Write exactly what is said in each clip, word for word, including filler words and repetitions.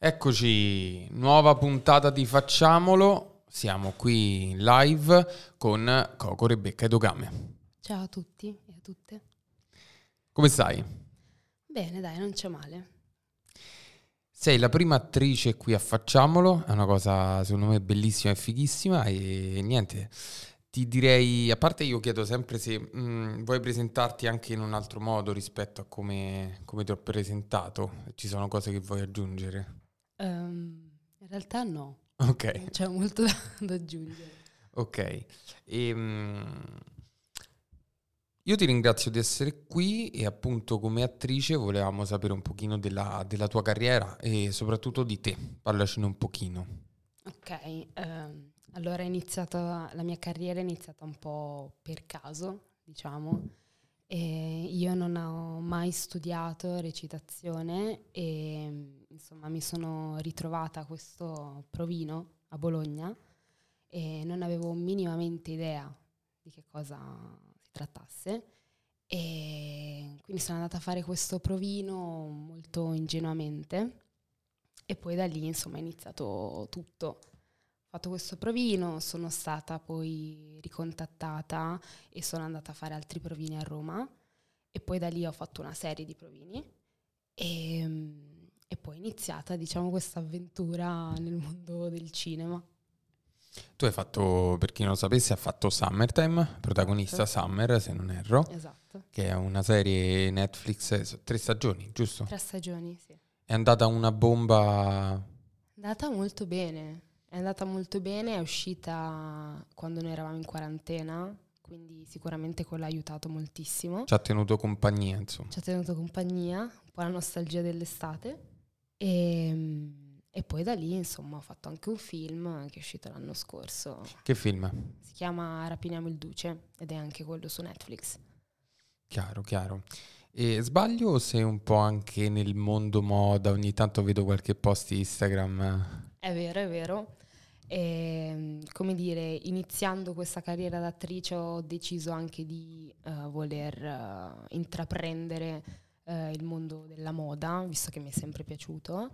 Eccoci, nuova puntata di Facciamolo. Siamo qui in live con Coco, Rebecca e Dogame. Ciao a tutti e a tutte. Come stai? Bene, dai, non c'è male. Sei la prima attrice qui a Facciamolo, è una cosa secondo me bellissima e fighissima e niente, ti direi, a parte io chiedo sempre se mh, vuoi presentarti anche in un altro modo rispetto a come, come ti ho presentato, ci sono cose che vuoi aggiungere? Um, in realtà no, Ok. non c'è molto da, da aggiungere. Ok, ehm, io ti ringrazio di essere qui e appunto come attrice volevamo sapere un pochino della, della tua carriera e soprattutto di te, parlacene un pochino. Ok, ehm, allora è iniziata, la mia carriera è iniziata un po' per caso, diciamo. E io non ho mai studiato recitazione e insomma mi sono ritrovata a questo provino a Bologna e non avevo minimamente idea di che cosa si trattasse e quindi sono andata a fare questo provino molto ingenuamente e poi da lì insomma è iniziato tutto. Ho fatto questo provino, sono stata poi ricontattata e sono andata a fare altri provini a Roma e poi da lì ho fatto una serie di provini e, e poi è iniziata diciamo questa avventura nel mondo del cinema. Tu hai fatto, per chi non lo sapesse, ha fatto Summertime, protagonista Esatto. Summer se non erro, Esatto. che è una serie Netflix, eh, tre stagioni, giusto? Tre stagioni, sì. È andata una bomba, È andata molto bene, è andata molto bene, è uscita quando noi eravamo in quarantena, quindi sicuramente quello ha aiutato moltissimo. ci ha tenuto compagnia insomma. Ci ha tenuto compagnia, un po' la nostalgia dell'estate e, e poi da lì insomma ho fatto anche un film che è uscito l'anno scorso, Che film? si chiama Rapiniamo il Duce ed è anche quello su Netflix. Chiaro, chiaro. E sbaglio o sei un po' anche nel mondo moda? Ogni tanto vedo qualche post Instagram. È vero, è vero. E, come dire, iniziando questa carriera d'attrice ho deciso anche di uh, voler uh, intraprendere uh, il mondo della moda, visto che mi è sempre piaciuto,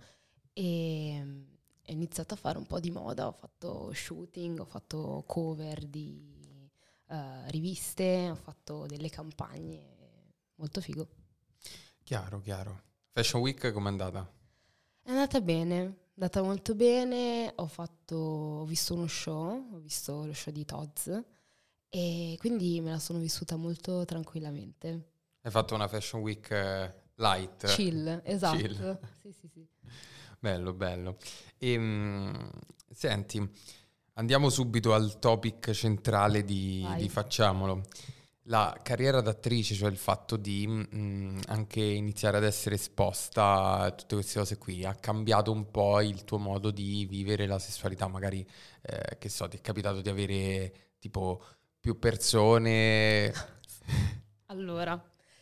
e um, ho iniziato a fare un po' di moda, ho fatto shooting, ho fatto cover di uh, riviste, ho fatto delle campagne, molto figo. Chiaro, chiaro. Fashion Week com'è andata? È andata bene, è andata molto bene, ho fatto, ho visto uno show, ho visto lo show di Todz e quindi me la sono vissuta molto tranquillamente. Hai fatto una Fashion Week eh, light. Chill, esatto. Chill. Sì, sì, sì. Bello, bello. Ehm, senti, andiamo subito al topic centrale di, Vai. di Facciamolo. La carriera d'attrice, cioè il fatto di mh, anche iniziare ad essere esposta a tutte queste cose qui, ha cambiato un po' il tuo modo di vivere la sessualità? Magari, eh, che so, ti è capitato di avere tipo più persone? Allora,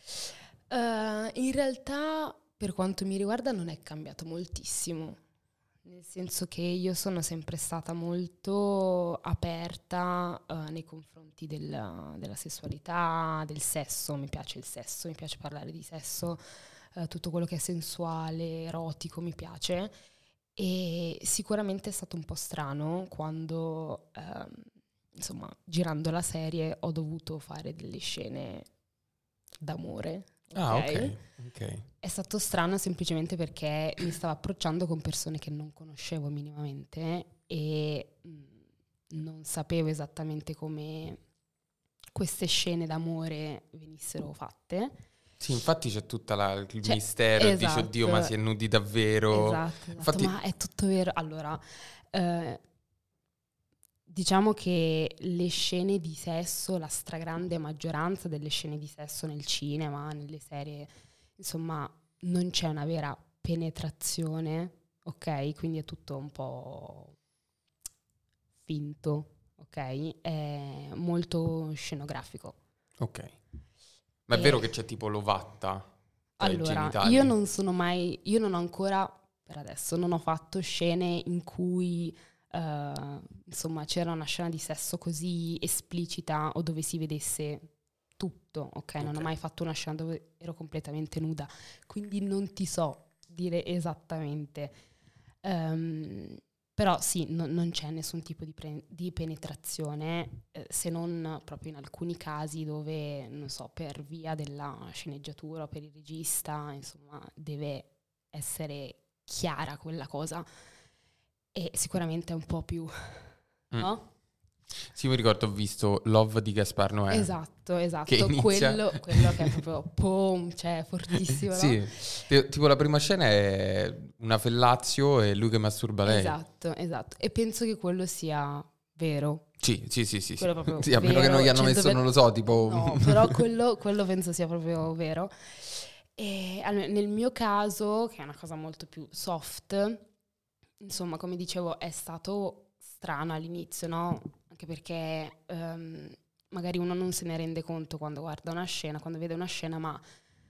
uh, in realtà per quanto mi riguarda non è cambiato moltissimo, nel senso che io sono sempre stata molto aperta uh, nei confronti del, della sessualità, del sesso, mi piace il sesso, mi piace parlare di sesso, uh, tutto quello che è sensuale, erotico mi piace e sicuramente è stato un po' strano quando, uh, insomma, girando la serie ho dovuto fare delle scene d'amore. Ah, ok, Ok? ok. È stato strano semplicemente perché mi stavo approcciando con persone che non conoscevo minimamente e mh, non sapevo esattamente come queste scene d'amore venissero fatte. Sì, infatti c'è tutto il Cioè, mistero e dici, oddio, ma si è esatto, nudi davvero? esatto, esatto, Infatti, ma è tutto vero. Allora, eh, diciamo che le scene di sesso, la stragrande maggioranza delle scene di sesso nel cinema, nelle serie, insomma, non c'è una vera penetrazione, ok? Quindi è tutto un po' finto, ok? È molto scenografico. ok. Ma è E vero che c'è tipo l'ovatta tra i allora, io genitali? non sono mai, io non ho ancora, per adesso, non ho fatto scene in cui Uh, insomma c'era una scena di sesso così esplicita o dove si vedesse tutto, ok? Non Ok. ho mai fatto una scena dove ero completamente nuda, quindi non ti so dire esattamente. Um, però sì, no, non c'è nessun tipo di, pre- di penetrazione, eh, se non proprio in alcuni casi dove, non so, per via della sceneggiatura o per il regista, insomma, deve essere chiara quella cosa. E sicuramente è un po' più, Mm. no? Sì, mi ricordo, ho visto Love di Gaspar Noè. Esatto, esatto. Che inizia... Quello, quello che è proprio pom, cioè fortissimo, sì, no? T- tipo la prima scena è una fellazio e lui che masturba lei. Esatto, esatto. E penso che quello sia vero. Sì, sì, sì, sì. Quello sì. proprio Sì, a meno vero, che non gli hanno cento messo, per- non lo so, tipo... No, però quello, quello penso sia proprio vero. E allora, nel mio caso, che è una cosa molto più soft, insomma, come dicevo, è stato strano all'inizio, no? Anche perché ehm, magari uno non se ne rende conto quando guarda una scena, quando vede una scena, ma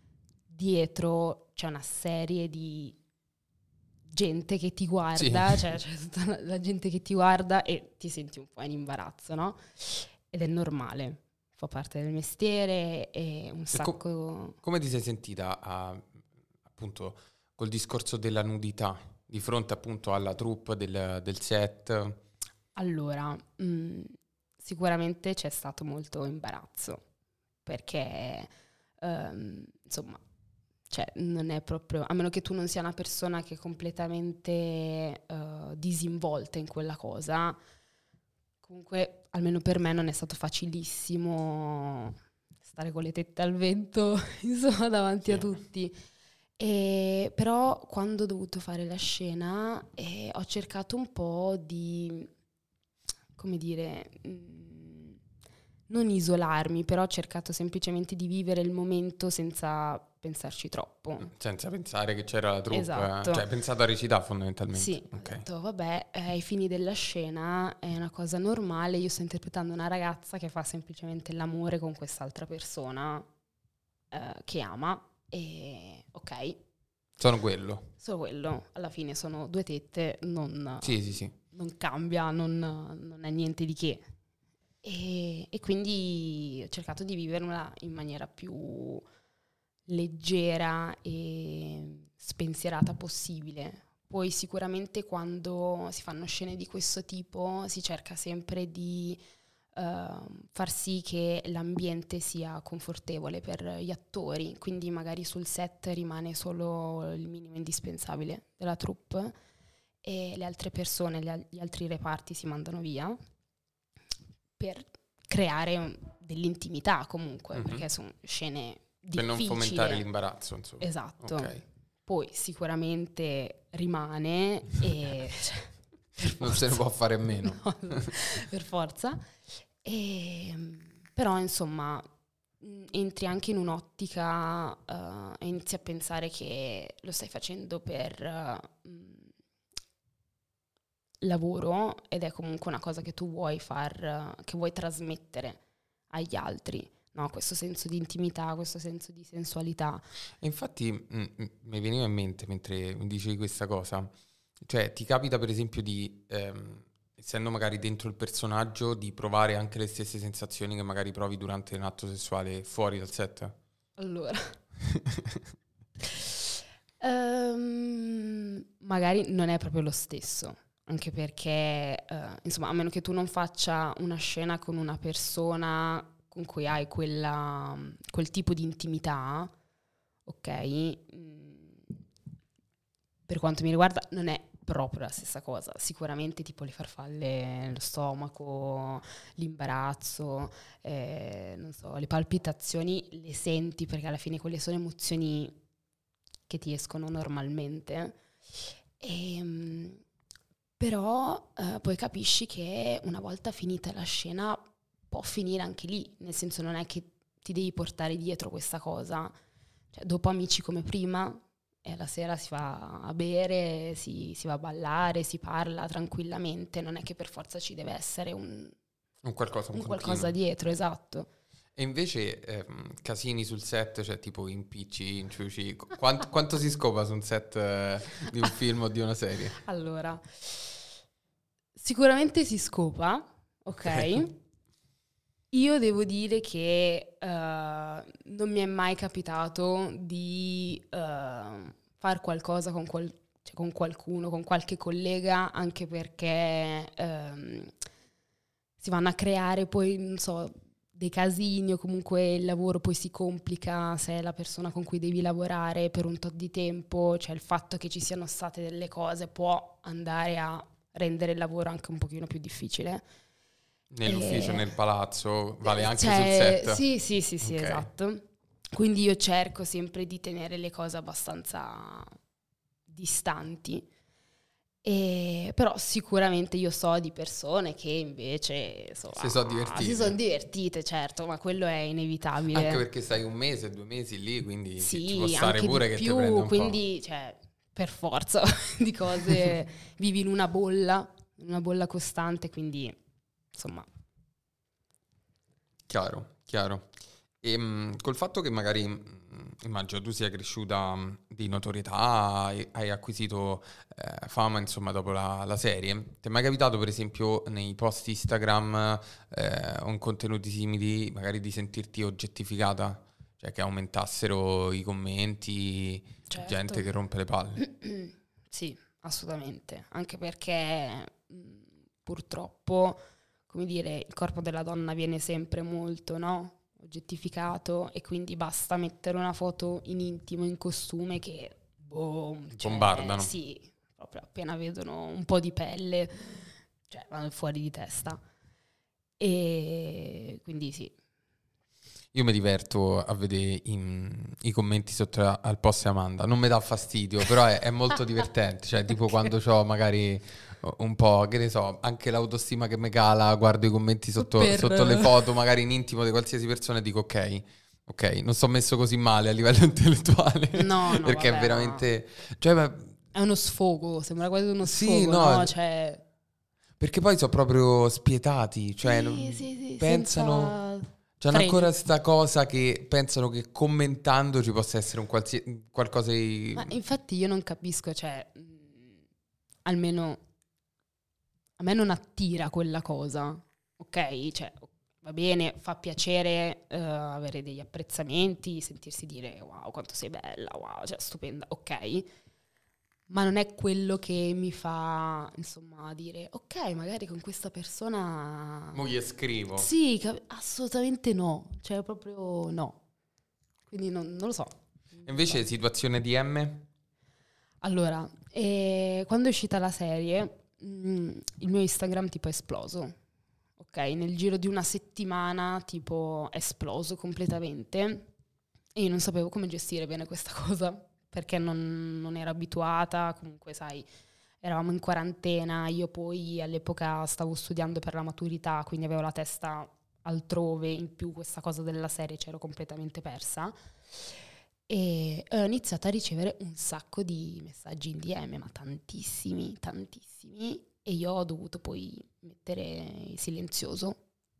dietro c'è una serie di gente che ti guarda, Sì. cioè c'è tutta la, la gente che ti guarda e ti senti un po' in imbarazzo, no? Ed è normale, fa parte del mestiere e un E sacco... com- come ti sei sentita a, appunto col discorso della nudità di fronte appunto alla troupe del, del set? Allora, mh, sicuramente c'è stato molto imbarazzo, perché ehm, insomma, cioè, non è proprio, a meno che tu non sia una persona che è completamente eh, disinvolta in quella cosa, comunque almeno per me non è stato facilissimo stare con le tette al vento, insomma, davanti Sì. a tutti. E, però quando ho dovuto fare la scena eh, ho cercato un po' di, come dire, mh, non isolarmi, però ho cercato semplicemente di vivere il momento senza pensarci troppo. Senza pensare che c'era la troupe, Esatto. eh? Cioè hai pensato a recitare fondamentalmente. Sì, ho Ok. detto, vabbè, eh, ai fini della scena è una cosa normale, io sto interpretando una ragazza che fa semplicemente l'amore con quest'altra persona eh, che ama e ok, Sono quello. solo quello, alla fine sono due tette, non, Sì, sì, sì. non cambia, non, non è niente di che. E, e quindi ho cercato di viverla in maniera più leggera e spensierata possibile. Poi sicuramente quando si fanno scene di questo tipo si cerca sempre di uh, far sì che l'ambiente sia confortevole per gli attori, quindi magari sul set rimane solo il minimo indispensabile della troupe e le altre persone, gli, al- gli altri reparti si mandano via per creare un- dell'intimità comunque, Mhm. perché sono scene Per non difficili. fomentare l'imbarazzo, insomma. Esatto. Ok. Poi sicuramente rimane e cioè, per Non se ne forza. può fare a meno. No, per forza. E, però insomma mh, entri anche in un'ottica eh, e inizi a pensare che lo stai facendo per eh, mh, lavoro ed è comunque una cosa che tu vuoi far, che vuoi trasmettere agli altri, no? Questo senso di intimità, questo senso di sensualità. E infatti mh, mh, mi veniva in mente mentre mi dicevi questa cosa, cioè ti capita per esempio di, ehm, essendo magari dentro il personaggio, di provare anche le stesse sensazioni che magari provi durante un atto sessuale fuori dal set? Allora, Ehm, magari non è proprio lo stesso, anche perché, eh, insomma, a meno che tu non faccia una scena con una persona con cui hai quella, quel tipo di intimità, ok? mm, Per quanto mi riguarda non è proprio la stessa cosa, sicuramente tipo le farfalle, lo stomaco, l'imbarazzo, eh, non so, le palpitazioni le senti perché alla fine quelle sono emozioni che ti escono normalmente. E, però eh, poi capisci che una volta finita la scena può finire anche lì, nel senso non è che ti devi portare dietro questa cosa. Cioè, dopo amici come prima, e la sera si va a bere, si, si va a ballare, si parla tranquillamente, non è che per forza ci deve essere un, Un qualcosa, un un continuo. qualcosa dietro, esatto. E invece ehm, casini sul set, cioè tipo impicci, inciuci, qu- quanto, quanto si scopa su un set eh, di un film o di una serie? Allora, sicuramente si scopa, ok? Ok. Io devo dire che eh, non mi è mai capitato di eh, far qualcosa con qual- cioè con qualcuno, con qualche collega, anche perché ehm, si vanno a creare poi, non so, dei casini o comunque il lavoro poi si complica se è la persona con cui devi lavorare per un tot di tempo, cioè il fatto che ci siano state delle cose può andare a rendere il lavoro anche un pochino più difficile. Nell'ufficio, E... nel palazzo, vale anche cioè, sul set? Sì, sì, sì, sì, Ok. esatto. Quindi io cerco sempre di tenere le cose abbastanza distanti. E, però sicuramente io so di persone che invece insomma, Si sono divertite. si sono divertite, certo, ma quello è inevitabile. Anche perché stai un mese, due mesi lì, quindi sì, ci può stare pure di che più, ti prende un quindi, cioè, per forza di cose vivi in una bolla, in una bolla costante, quindi insomma. Chiaro, chiaro. E mh, col fatto che magari, mh, immagino tu sia cresciuta mh, di notorietà, hai, hai acquisito eh, fama, insomma, dopo la, la serie, ti è mai capitato, per esempio, nei post Instagram eh, o in contenuti simili, magari di sentirti oggettificata? Cioè che aumentassero i commenti, Certo. gente che rompe le palle? Sì, assolutamente, anche perché mh, purtroppo, come dire, il corpo della donna viene sempre molto, no? oggettificato e quindi basta mettere una foto in intimo, in costume che boom, cioè, Bombardano. sì, proprio appena vedono un po' di pelle, cioè vanno fuori di testa. E quindi sì. Io mi diverto a vedere i, i commenti sotto a- al post di Amanda. Non mi dà fastidio, però è, è molto divertente. Cioè, tipo Ok. quando ho magari un po', che ne so, anche l'autostima che mi cala, guardo i commenti sotto, Per- sotto le foto, magari in intimo di qualsiasi persona e dico ok, ok, non sto messo così male a livello intellettuale. No, no, perché vabbè, è veramente... Cioè, ma- è uno sfogo, sembra quasi uno sì, sfogo, no, no? Cioè... perché poi sono proprio spietati. Cioè, Sì, non- sì, sì, pensano... senza C'hanno freni. ancora sta cosa che pensano che commentando ci possa essere un qualsiasi, qualcosa di... Ma infatti io non capisco, cioè, mh, almeno a me non attira quella cosa, ok? Cioè, va bene, fa piacere eh, avere degli apprezzamenti, sentirsi dire wow, quanto sei bella, wow, cioè, stupenda, ok? Ma non è quello che mi fa, insomma, dire ok, magari con questa persona... Mo gli scrivo. Sì, ca- assolutamente no, cioè proprio no. Quindi non, non lo so. Non lo Invece so. situazione D M? Allora, eh, quando è uscita la serie, mh, il mio Instagram tipo è esploso. Ok, nel giro di una settimana tipo è esploso completamente e io non sapevo come gestire bene questa cosa perché non, non ero abituata, comunque sai, eravamo in quarantena, io poi all'epoca stavo studiando per la maturità, quindi avevo la testa altrove, in più questa cosa della serie c'ero completamente persa e ho iniziato a ricevere un sacco di messaggi in D M, ma tantissimi, tantissimi, e io ho dovuto poi mettere il silenzioso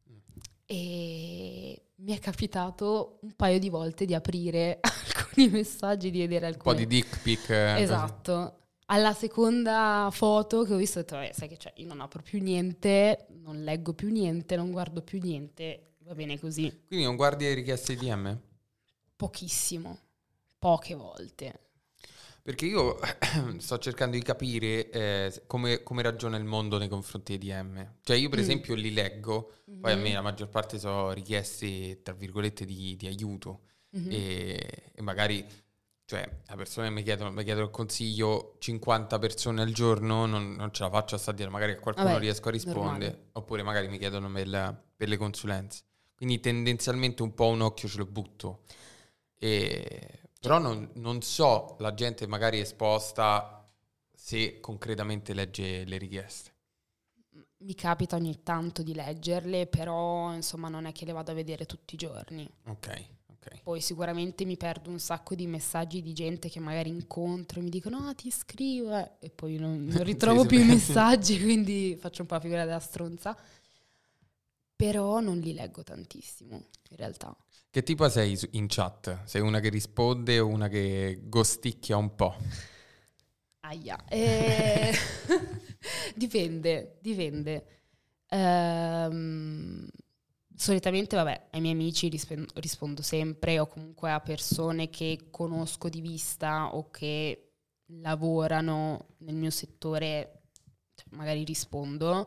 e mi è capitato un paio di volte di aprire alcuni messaggi, di vedere Un po' alcune... di dick pic. eh, così. Esatto. Alla seconda foto che ho visto ho detto, vabbè, sai che c'è, io non apro più niente, non leggo più niente, non guardo più niente, va bene così. Quindi non guardi le richieste di D M? Pochissimo, poche volte. Perché io sto cercando di capire eh, come, come ragiona il mondo nei confronti dei D M. Cioè io per Mm. esempio li leggo, poi a me Mhm. la maggior parte sono richieste, tra virgolette, di, di aiuto. Mhm. E, e magari, cioè, le persone mi chiedono, mi chiedono il consiglio, cinquanta persone al giorno, non, non ce la faccio a sta a dire, magari a qualcuno Vabbè, riesco a rispondere, normale. oppure magari mi chiedono per, la- per le consulenze. Quindi tendenzialmente un po' un occhio ce lo butto. E, però non, non so, la gente magari esposta se concretamente legge le richieste. Mi capita ogni tanto di leggerle, però insomma non è che le vado a vedere tutti i giorni. Ok, ok. Poi sicuramente mi perdo un sacco di messaggi di gente che magari incontro e mi dicono ah ti scrivo eh", e poi non, non ritrovo Sì, più i sempre. messaggi, quindi faccio un po' la figura della stronza. Però non li leggo tantissimo, in realtà. Che tipo sei su- in chat? Sei una che risponde o una che gosticchia un po'? Aia. Eh, dipende, dipende. Ehm, solitamente, vabbè, ai miei amici rispen- rispondo sempre o comunque a persone che conosco di vista o che lavorano nel mio settore, cioè, magari rispondo,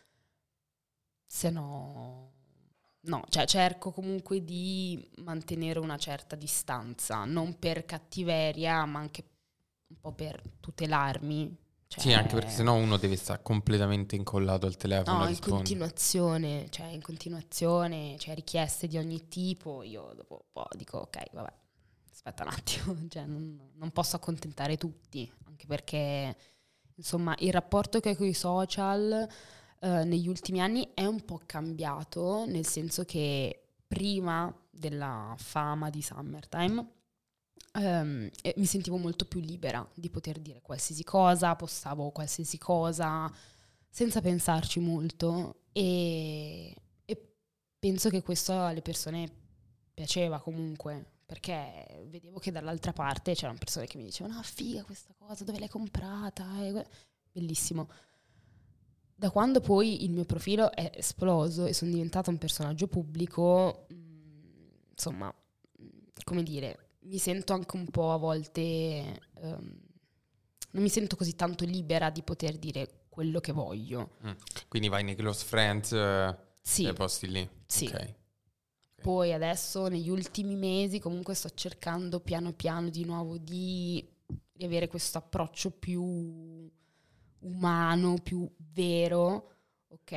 se no no, cioè cerco comunque di mantenere una certa distanza, non per cattiveria, ma anche un po' per tutelarmi. Cioè, sì, anche perché sennò uno deve stare completamente incollato al telefono no, a in rispondere. continuazione, cioè in continuazione, cioè richieste di ogni tipo, io dopo un po' dico ok, vabbè, aspetta un attimo, cioè non, non posso accontentare tutti, anche perché insomma il rapporto che ho con i social eh, negli ultimi anni è un po' cambiato, nel senso che prima della fama di Summertime ehm, e mi sentivo molto più libera di poter dire qualsiasi cosa, postavo qualsiasi cosa senza pensarci molto e, e penso che questo alle persone piaceva comunque, perché vedevo che dall'altra parte c'erano persone che mi dicevano ah figa questa cosa, dove l'hai comprata? E que- bellissimo. Da quando poi il mio profilo è esploso e sono diventata un personaggio pubblico, mh, insomma, mh, come dire, mi sento anche un po' a volte, ehm, non mi sento così tanto libera di poter dire quello che voglio. Mm. Quindi vai nei close friends eh, Sì, e posti lì. sì. Ok. Poi adesso negli ultimi mesi comunque sto cercando piano piano di nuovo di, di avere questo approccio più umano, più vero, ok?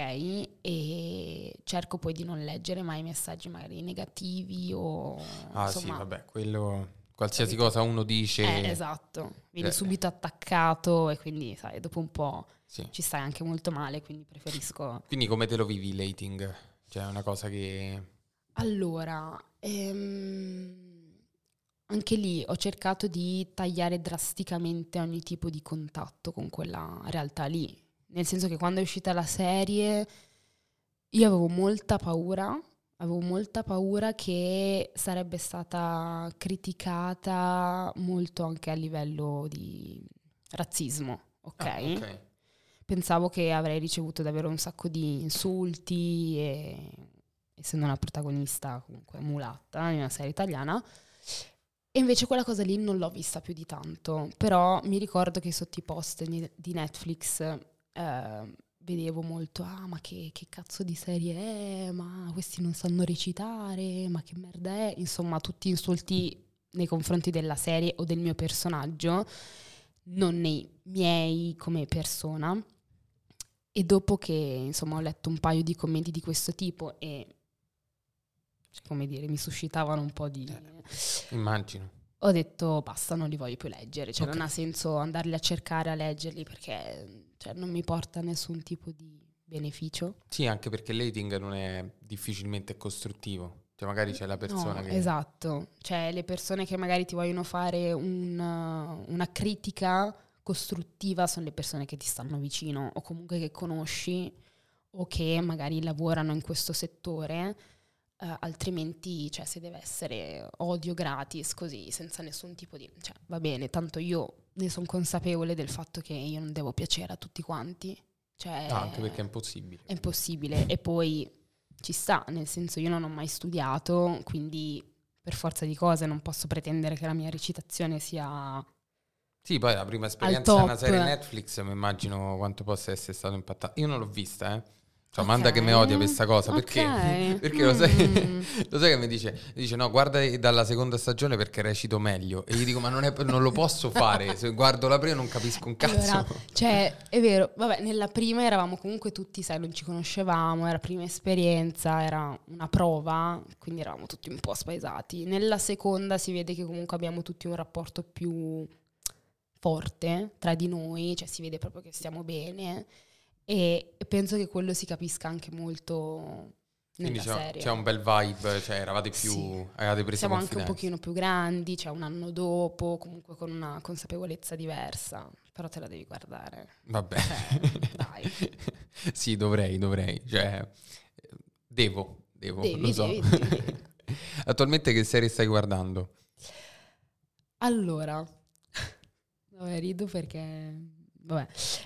E cerco poi di non leggere mai messaggi magari negativi o Ah insomma, sì, vabbè, quello qualsiasi capito? cosa uno dice. Eh, esatto, vieni eh, subito attaccato e quindi sai, dopo un po' sì. ci stai anche molto male, quindi preferisco... Quindi come te lo vivi il dating? Cioè è una cosa che... Allora, ehm, anche lì ho cercato di tagliare drasticamente ogni tipo di contatto con quella realtà lì. Nel senso che quando è uscita la serie io avevo molta paura, avevo molta paura che sarebbe stata criticata molto anche a livello di razzismo, ok? Ah, ok. Pensavo che avrei ricevuto davvero un sacco di insulti e essendo una protagonista comunque mulatta in una serie italiana. E invece quella cosa lì non l'ho vista più di tanto, però mi ricordo che sotto i post di di Netflix eh, vedevo molto, ah ma che, che cazzo di serie è, ma questi non sanno recitare, ma che merda è, insomma tutti insulti nei confronti della serie o del mio personaggio, non nei miei come persona. E dopo che insomma ho letto un paio di commenti di questo tipo e come dire, mi suscitavano un po' di... Eh, immagino. Ho detto basta, non li voglio più leggere, cioè Ok. non ha senso andarli a cercare a leggerli perché cioè, non mi porta nessun tipo di beneficio. Sì, anche perché il dating non è difficilmente costruttivo. Cioè magari c'è la persona No, che... esatto, cioè le persone che magari ti vogliono fare un, una critica costruttiva sono le persone che ti stanno vicino o comunque che conosci o che magari lavorano in questo settore. Uh, altrimenti, cioè, se deve essere odio gratis, così, senza nessun tipo di... Cioè, va bene, tanto io ne sono consapevole del fatto che io non devo piacere a tutti quanti. Cioè, No, anche perché è impossibile. è impossibile. E poi ci sta, nel senso io non ho mai studiato, quindi per forza di cose non posso pretendere che la mia recitazione sia... Sì, poi la prima al esperienza di una top. serie Netflix mi immagino quanto possa essere stato impattante. Io non l'ho vista, eh. Cioè, Ok. Amanda che mi odia per questa cosa, perché? Ok. Perché lo sai, Mm. lo sai che mi dice? Mi dice no, guarda dalla seconda stagione perché recito meglio. E gli dico ma non, è, non lo posso fare, se guardo la prima non capisco un cazzo. Allora, cioè, è vero, vabbè, nella prima eravamo comunque tutti, sai, non ci conoscevamo, era prima esperienza, era una prova, quindi eravamo tutti un po' spaesati. Nella seconda si vede che comunque abbiamo tutti un rapporto più forte tra di noi, cioè si vede proprio che stiamo bene e penso che quello si capisca anche molto Quindi nella c'è, serie. c'è un bel vibe, cioè eravate più, Sì. avevate preso Siamo anche un confidenza. pochino più grandi, cioè un anno dopo, comunque con una consapevolezza diversa, però te la devi guardare. Vabbè, Cioè, dai. sì, dovrei, dovrei, cioè devo, devo, Devi, lo so. devi, devi, devi. Attualmente che serie stai guardando? Allora, vabbè, rido perché... Vabbè.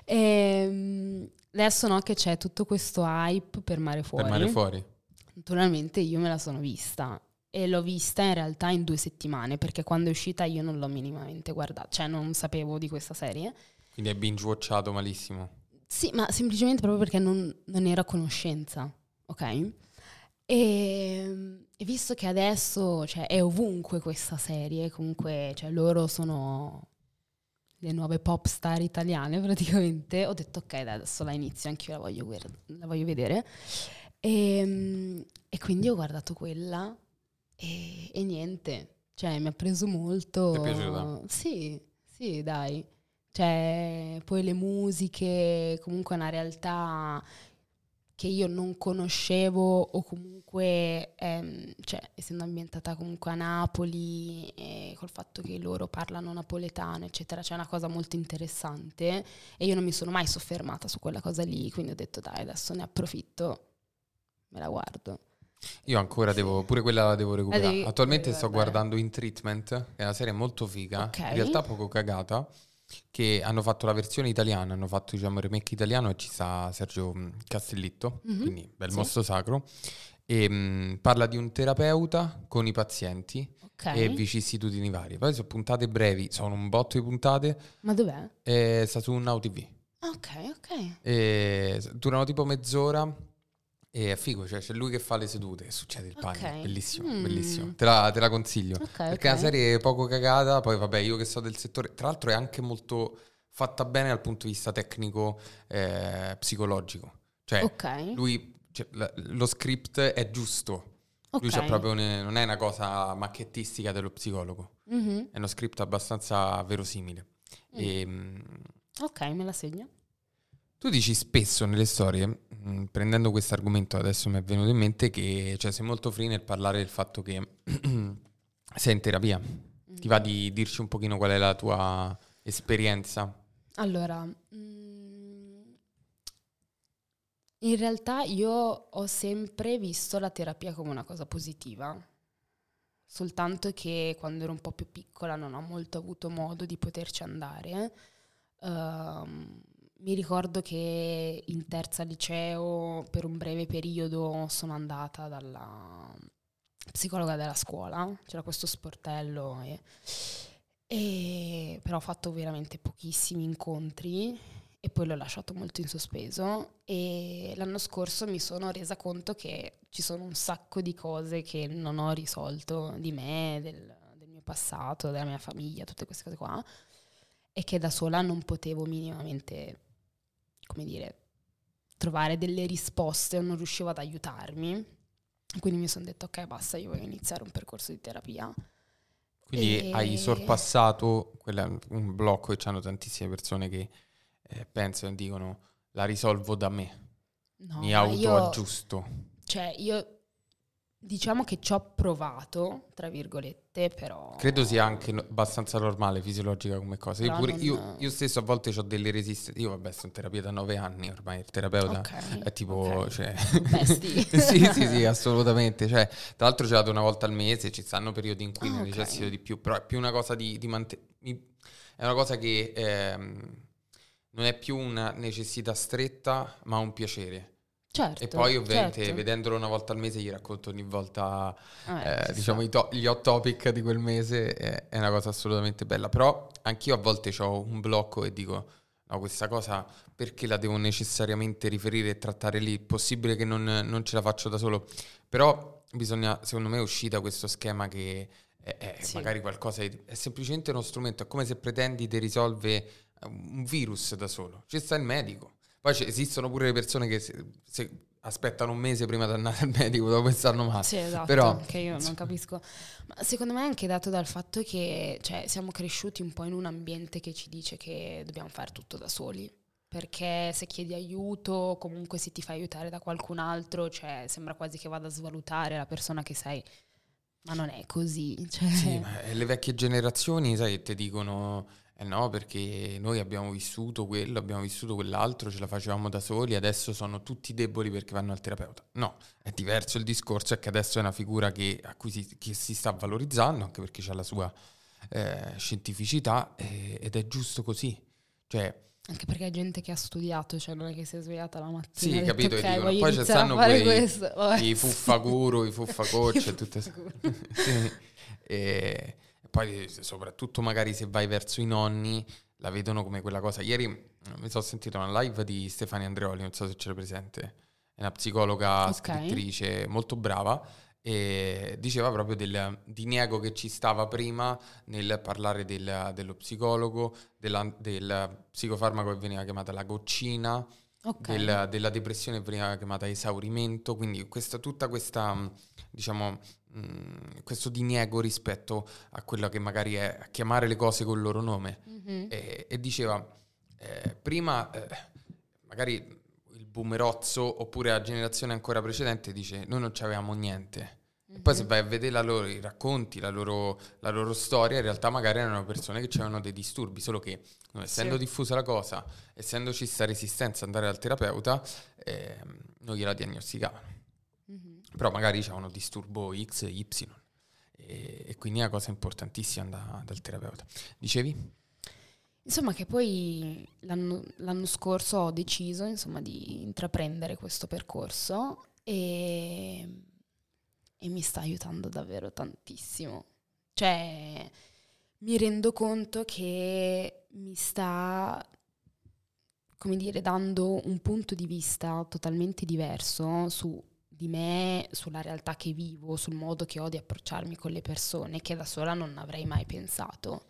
Ehm, adesso no che c'è tutto questo hype per Mare Fuori. Per Mare Fuori? Naturalmente io me la sono vista e l'ho vista in realtà in due settimane, perché quando è uscita io non l'ho minimamente guardata, cioè non sapevo di questa serie. Quindi hai binge-watchato malissimo. Sì, ma semplicemente proprio perché non, non ero a conoscenza, ok? E, e visto che adesso, cioè, è ovunque questa serie, comunque, cioè, loro sono le nuove pop star italiane praticamente, ho detto ok, dai, adesso la inizio, anch'io la voglio, guard- la voglio vedere. E, e quindi ho guardato quella e, e niente, cioè mi ha preso molto. Ti è piaciuta? Sì, sì, dai. Cioè, poi le musiche, comunque è una realtà che io non conoscevo o comunque, ehm, cioè, essendo ambientata comunque a Napoli e col fatto che loro parlano napoletano, eccetera, c'è una cosa molto interessante e io non mi sono mai soffermata su quella cosa lì, quindi ho detto dai, adesso ne approfitto, me la guardo. Io ancora Sì. devo, pure quella devo recuperare. devi- Attualmente devi sto guardare. guardando In Treatment, che è una serie molto figa, Ok. in realtà poco cagata, che hanno fatto la versione italiana, hanno fatto diciamo il remake italiano e ci sta Sergio mh, Castellitto, Mhm. quindi bel Sì. mostro sacro, e mh, parla di un terapeuta con i pazienti Ok. e vicissitudini varie. Poi sono puntate brevi, sono un botto di puntate, Ma dov'è? e sta su Now T V. Ok, ok. E durano tipo mezz'ora e è figo, cioè c'è lui che fa le sedute e succede il Ok. bagno, bellissimo, Mm. bellissimo. Te la, te la consiglio, Ok, perché è ok. una serie poco cagata, poi vabbè io che so del settore, tra l'altro è anche molto fatta bene dal punto di vista tecnico, eh, psicologico. Cioè Ok. lui, cioè, la- lo script è giusto, lui c'ha Ok. proprio un- non è una cosa macchettistica dello psicologo, Mhm. è uno script abbastanza verosimile. Mm. E, mm, Ok, me la segno. tu dici spesso nelle storie, mh, prendendo questo argomento adesso mi è venuto in mente che cioè, sei molto free nel parlare del fatto che sei in terapia. Ti va di dirci un pochino qual è la tua esperienza? Allora, mm, in realtà io ho sempre visto la terapia come una cosa positiva, soltanto che quando ero un po' più piccola non ho molto avuto modo di poterci andare. Ehm, mi ricordo che in terza liceo per un breve periodo sono andata dalla psicologa della scuola, c'era questo sportello e, e però ho fatto veramente pochissimi incontri e poi l'ho lasciato molto in sospeso e l'anno scorso mi sono resa conto che ci sono un sacco di cose che non ho risolto di me, del, del mio passato, della mia famiglia, tutte queste cose qua e che da sola non potevo minimamente, come dire, trovare delle risposte o non riuscivo ad aiutarmi. Quindi mi sono detto ok basta, io voglio iniziare un percorso di terapia. Quindi E- hai sorpassato quella- un blocco e c'hanno tantissime persone che eh, pensano e dicono la risolvo da me, No, mi ma io, autoaggiusto. cioè io diciamo che ci ho provato, tra virgolette, però... Credo sia anche no- abbastanza normale, fisiologica come cosa. Io, Però pure, non- io, io stesso a volte ho delle resistenze. Io, vabbè, sono in terapia da nove anni ormai. Il terapeuta Ok, è tipo. ok. Cioè... Bestie. sì, sì, sì, assolutamente. Cioè, tra l'altro, ce l'ho una volta al mese. Ci stanno periodi in cui Ah, ne ok. necessito di più. Però è più una cosa di, di mantenere. È una cosa che ehm, non è più una necessità stretta, ma un piacere. Certo, E poi ovviamente certo. vedendolo una volta al mese gli racconto ogni volta Eh, eh, ci diciamo sta. i to- gli hot topic di quel mese, è, è una cosa assolutamente bella. Però anch'io a volte ho un blocco e dico no, questa cosa perché la devo necessariamente riferire e trattare lì? Possibile che non, non ce la faccio da solo? Però bisogna secondo me uscire da questo schema che è, è Sì. magari qualcosa di- è semplicemente uno strumento, è come se pretendi di risolvere un virus da solo. Ci sta il medico. Poi c- esistono pure le persone che se, se aspettano un mese prima di andare al medico dopo che stanno male. Sì, esatto, Però, che io non capisco. Ma secondo me è anche dato dal fatto che cioè, siamo cresciuti un po' in un ambiente che ci dice che dobbiamo fare tutto da soli. Perché se chiedi aiuto, comunque se ti fai aiutare da qualcun altro, cioè, sembra quasi che vada a svalutare la persona che sei. Ma non è così. Cioè... sì, ma le vecchie generazioni, sai, che ti dicono, eh no, perché noi abbiamo vissuto quello, abbiamo vissuto quell'altro, ce la facevamo da soli, adesso sono tutti deboli perché vanno al terapeuta. No, è diverso il discorso, è che adesso è una figura che, a cui si, che si sta valorizzando, anche perché ha la sua eh, scientificità, eh, ed è giusto così. Cioè, Anche perché è gente che ha studiato, cioè non è che si è svegliata la mattina. Sì, e ha detto, capito, e ok, dicono, voglio poi ci iniziare a stanno fare pure questo. Vabbè. i, i fuffaguru, i fuffacoach, I e tutte fuffaguru. sì. E poi soprattutto magari se vai verso i nonni, la vedono come quella cosa. Ieri mi sono sentito una live di Stefania Andreoli, non so se ce l'hai presente, è una psicologa, Ok. scrittrice molto brava, e diceva proprio del diniego che ci stava prima nel parlare del- dello psicologo, della- del psicofarmaco che veniva chiamata la goccina, Ok. del- della depressione che veniva chiamata esaurimento, quindi questa, tutta questa, mh, diciamo, mh, questo diniego rispetto a quello che magari è a chiamare le cose col loro nome. Mhm. E, e diceva, eh, prima eh, magari il boomerozzo oppure la generazione ancora precedente dice noi non c'avevamo niente. E poi se Mhm. vai a vedere la loro, i racconti, la loro, la loro storia, in realtà magari erano persone che avevano dei disturbi, solo che non essendo Sì. diffusa la cosa, essendoci sta resistenza ad andare dal terapeuta, ehm, non gliela diagnosticavano. Mhm. Però magari c'avevano disturbo X, Y e, e quindi è una cosa importantissima andare dal terapeuta. Dicevi? Insomma, che poi l'anno, l'anno scorso ho deciso, insomma, di intraprendere questo percorso e, e mi sta aiutando davvero tantissimo. Cioè, mi rendo conto che mi sta, come dire, dando un punto di vista totalmente diverso su di me, sulla realtà che vivo, sul modo che ho di approcciarmi con le persone, che da sola non avrei mai pensato.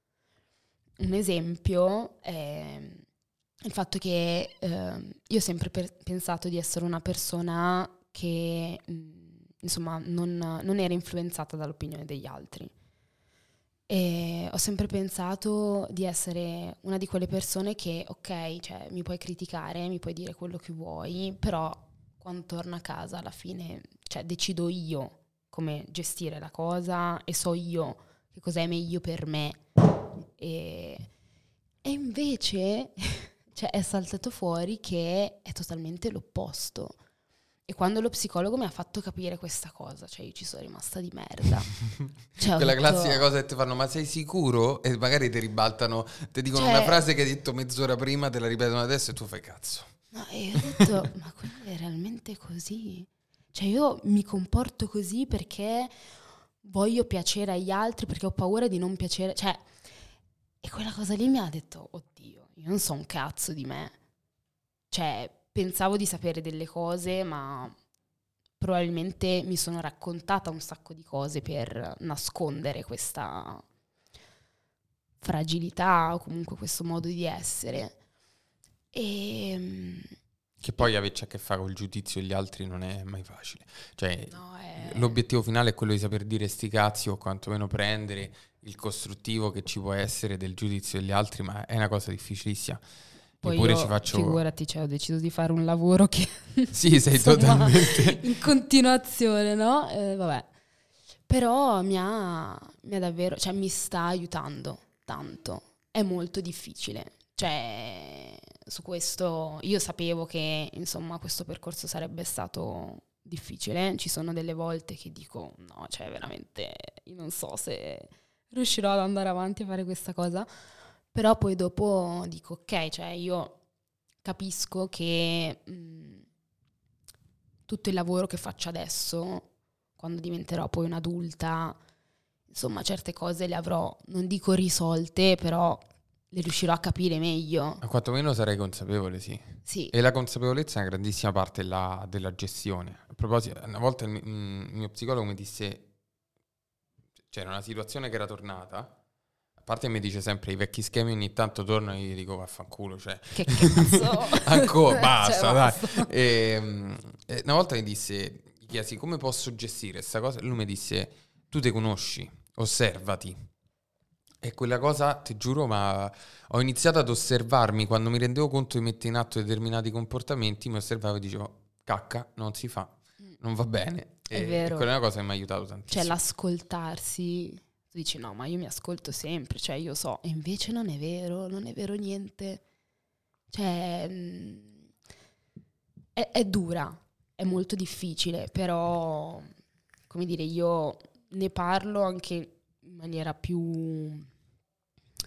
Un esempio è il fatto che eh, io ho sempre per- pensato di essere una persona che mh, insomma non, non era influenzata dall'opinione degli altri. E ho sempre pensato di essere una di quelle persone che, ok, cioè, mi puoi criticare, mi puoi dire quello che vuoi, però quando torno a casa alla fine, cioè, decido io come gestire la cosa e so io che cos'è meglio per me. E, e invece cioè, è saltato fuori che è totalmente l'opposto. E quando lo psicologo mi ha fatto capire questa cosa, cioè io ci sono rimasta di merda. Cioè, ho Quella classica detto, cosa che ti fanno, ma sei sicuro? E magari ti ribaltano, ti dicono una cioè, frase che hai detto mezz'ora prima, te la ripetono adesso e tu fai cazzo. no, e io ho detto, ma quindi è realmente così? Cioè io mi comporto così perché voglio piacere agli altri, perché ho paura di non piacere, cioè, e quella cosa lì mi ha detto, oddio, io non so un cazzo di me. Cioè, pensavo di sapere delle cose, ma probabilmente mi sono raccontata un sacco di cose per nascondere questa fragilità o comunque questo modo di essere. E, Che poi averci a che fare col giudizio degli altri non è mai facile. Cioè, no, è... l'obiettivo finale è quello di saper dire sti cazzi o quantomeno prendere il costruttivo che ci può essere del giudizio degli altri, ma è una cosa difficilissima. Io Poi pure ci io, faccio... figurati, cioè, ho deciso di fare un lavoro che, Sì, sei insomma, totalmente... in continuazione, no? Eh, vabbè. Però mi ha, mi ha davvero, cioè mi sta aiutando tanto. È molto difficile. Cioè, su questo io sapevo che, insomma, questo percorso sarebbe stato difficile. Ci sono delle volte che dico, no, cioè veramente, io non so se riuscirò ad andare avanti a fare questa cosa. Però poi dopo dico, ok, cioè io capisco che mh, tutto il lavoro che faccio adesso, quando diventerò poi un'adulta, insomma, certe cose le avrò, non dico risolte, però le riuscirò a capire meglio. Ma quantomeno sarei consapevole, sì. Sì, E la consapevolezza è una grandissima parte della, della gestione. A proposito, una volta il, mi- mm, il mio psicologo mi disse, c'era una situazione che era tornata, a parte mi dice sempre i vecchi schemi ogni tanto tornano e gli dico vaffanculo, cioè che cazzo. ancora, Cioè, basta, dai. basta. E, mm, e una volta mi disse, gli chiesi come posso gestire questa cosa, e lui mi disse, tu ti conosci, osservati. E quella cosa, ti giuro, ma ho iniziato ad osservarmi quando mi rendevo conto di mettere in atto determinati comportamenti, mi osservavo e dicevo, cacca, non si fa, non va bene. È E, e vero. quella è una cosa che mi ha aiutato Cioè, tantissimo. l'ascoltarsi, tu dici no, ma io mi ascolto sempre, cioè io so, e invece non è vero, non è vero niente. Cioè, mh, è, è dura, è molto difficile, però, come dire, io ne parlo anche in maniera più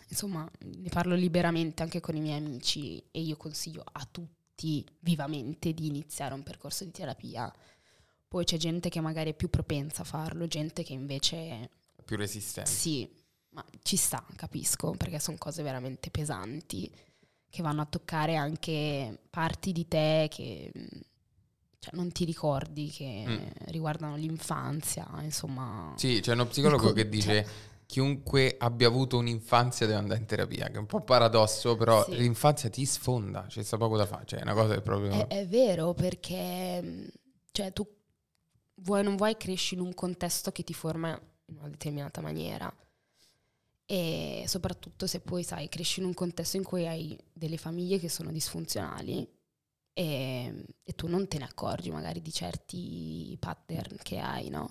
insomma, ne parlo liberamente anche con i miei amici e io consiglio a tutti vivamente di iniziare un percorso di terapia. Poi c'è gente che magari è più propensa a farlo, gente che invece... Più resistente. Sì, ma ci sta, capisco, perché sono cose veramente pesanti che vanno a toccare anche parti di te che cioè, non ti ricordi, che mm. riguardano l'infanzia, insomma. Sì, c'è uno psicologo co- che dice cioè, chiunque abbia avuto un'infanzia deve andare in terapia, che è un po' paradosso, però sì. L'infanzia ti sfonda, c'è sta poco da fare, cioè è una cosa che proprio... È, è vero, perché cioè, tu vuoi non vuoi cresci in un contesto che ti forma in una determinata maniera. E soprattutto se poi, sai, cresci in un contesto in cui hai delle famiglie che sono disfunzionali e, e tu non te ne accorgi magari di certi pattern che hai, no?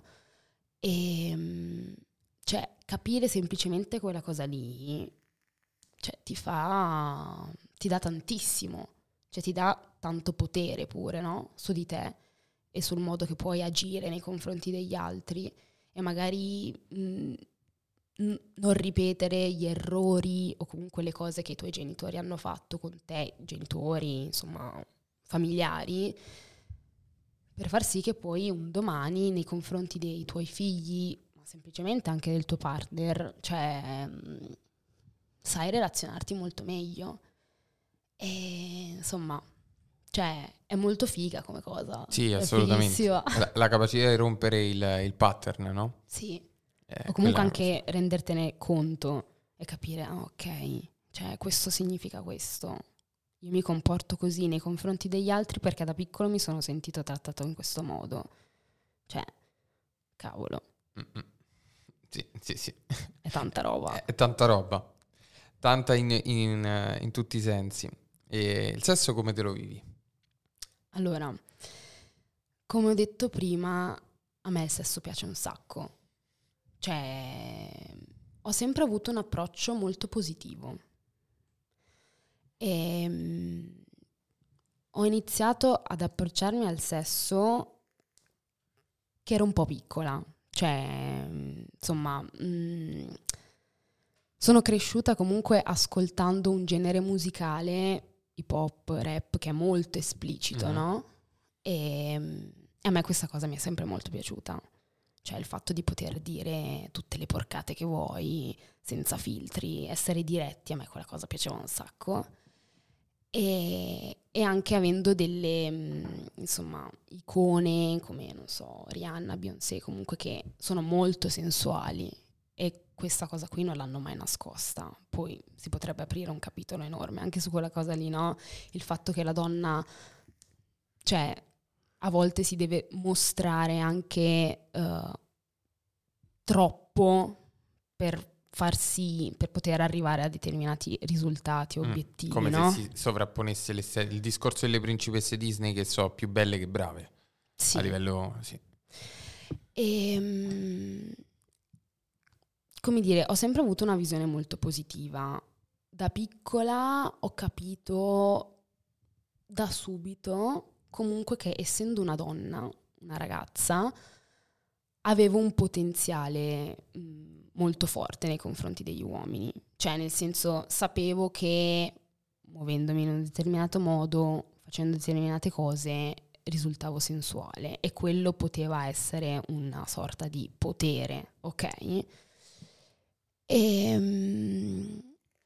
E cioè capire semplicemente quella cosa lì, cioè ti fa, ti dà tantissimo, cioè ti dà tanto potere pure, no? Su di te e sul modo che puoi agire nei confronti degli altri e magari... Mh, non ripetere gli errori o comunque le cose che i tuoi genitori hanno fatto con te, genitori, insomma, familiari, per far sì che poi un domani nei confronti dei tuoi figli, ma semplicemente anche del tuo partner, cioè sai relazionarti molto meglio. E insomma, cioè è molto figa come cosa. Sì, assolutamente. La, la capacità di rompere il, il pattern, no? Sì. Eh, o comunque anche cosa. Rendertene conto e capire, ah, ok, cioè questo significa questo. Io mi comporto così nei confronti degli altri perché da piccolo mi sono sentito trattato in questo modo. Cioè, cavolo. Mm-mm. Sì, sì, sì. È tanta roba. È, è tanta roba. Tanta in, in, in tutti i sensi. E il sesso come te lo vivi? Allora, come ho detto prima, a me il sesso piace un sacco. Cioè, ho sempre avuto un approccio molto positivo e um, ho iniziato ad approcciarmi al sesso che ero un po' piccola, cioè, insomma, mh, sono cresciuta comunque ascoltando un genere musicale, hip hop, rap, che è molto esplicito, mm-hmm. no? E um, a me questa cosa mi è sempre molto piaciuta. Cioè il fatto di poter dire tutte le porcate che vuoi, senza filtri, essere diretti, a me quella cosa piaceva un sacco. E, e anche avendo delle, insomma, icone come, non so, Rihanna, Beyoncé, comunque che sono molto sensuali. E questa cosa qui non l'hanno mai nascosta. Poi si potrebbe aprire un capitolo enorme anche su quella cosa lì, no? Il fatto che la donna, cioè... a volte si deve mostrare anche uh, troppo per far sì, per poter arrivare a determinati risultati, obiettivi, mm, come no? se si sovrapponesse le se- il discorso delle principesse Disney che so più belle che brave. Sì. A livello, sì. E, um, come dire, ho sempre avuto una visione molto positiva. Da piccola ho capito da subito comunque che essendo una donna, una ragazza, avevo un potenziale mh, molto forte nei confronti degli uomini. Cioè, nel senso, sapevo che muovendomi in un determinato modo, facendo determinate cose, risultavo sensuale e quello poteva essere una sorta di potere, ok? E... Mh,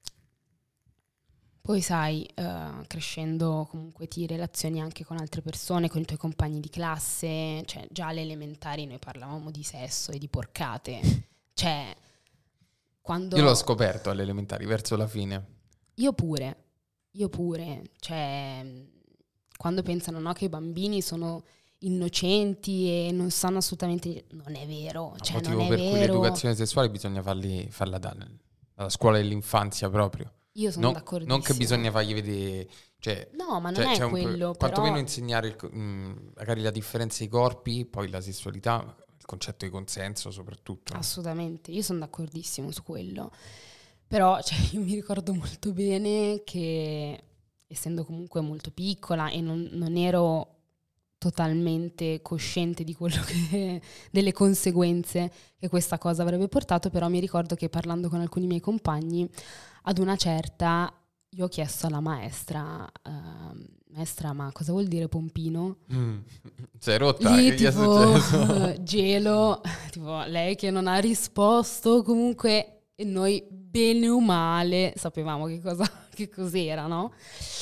Poi sai, uh, crescendo comunque ti relazioni anche con altre persone, con i tuoi compagni di classe, cioè già alle elementari noi parlavamo di sesso e di porcate, cioè quando... Io l'ho scoperto alle elementari, verso la fine. Io pure, io pure, cioè quando pensano no, che i bambini sono innocenti e non sanno assolutamente... Non è vero, cioè motivo non è per vero. cui l'educazione sessuale bisogna farli, farla da, dalla scuola dell'infanzia proprio. Io sono non, d'accordissimo. Non che bisogna fargli vedere, cioè, no, ma non cioè, è un, quello, quantomeno però... insegnare il, mh, magari la differenza dei corpi, poi la sessualità, il concetto di consenso soprattutto. Assolutamente, io sono d'accordissimo su quello. Però cioè, io mi ricordo molto bene che, essendo comunque molto piccola e non, non ero totalmente cosciente di quello che, delle conseguenze che questa cosa avrebbe portato, però mi ricordo che parlando con alcuni miei compagni ad una certa io ho chiesto alla maestra, uh, maestra, ma cosa vuol dire pompino? Mm. Sei rotta? Lì Che gli è tipo successo? gelo, tipo lei che non ha risposto, comunque e noi bene o male sapevamo che cosa che cos'era, no?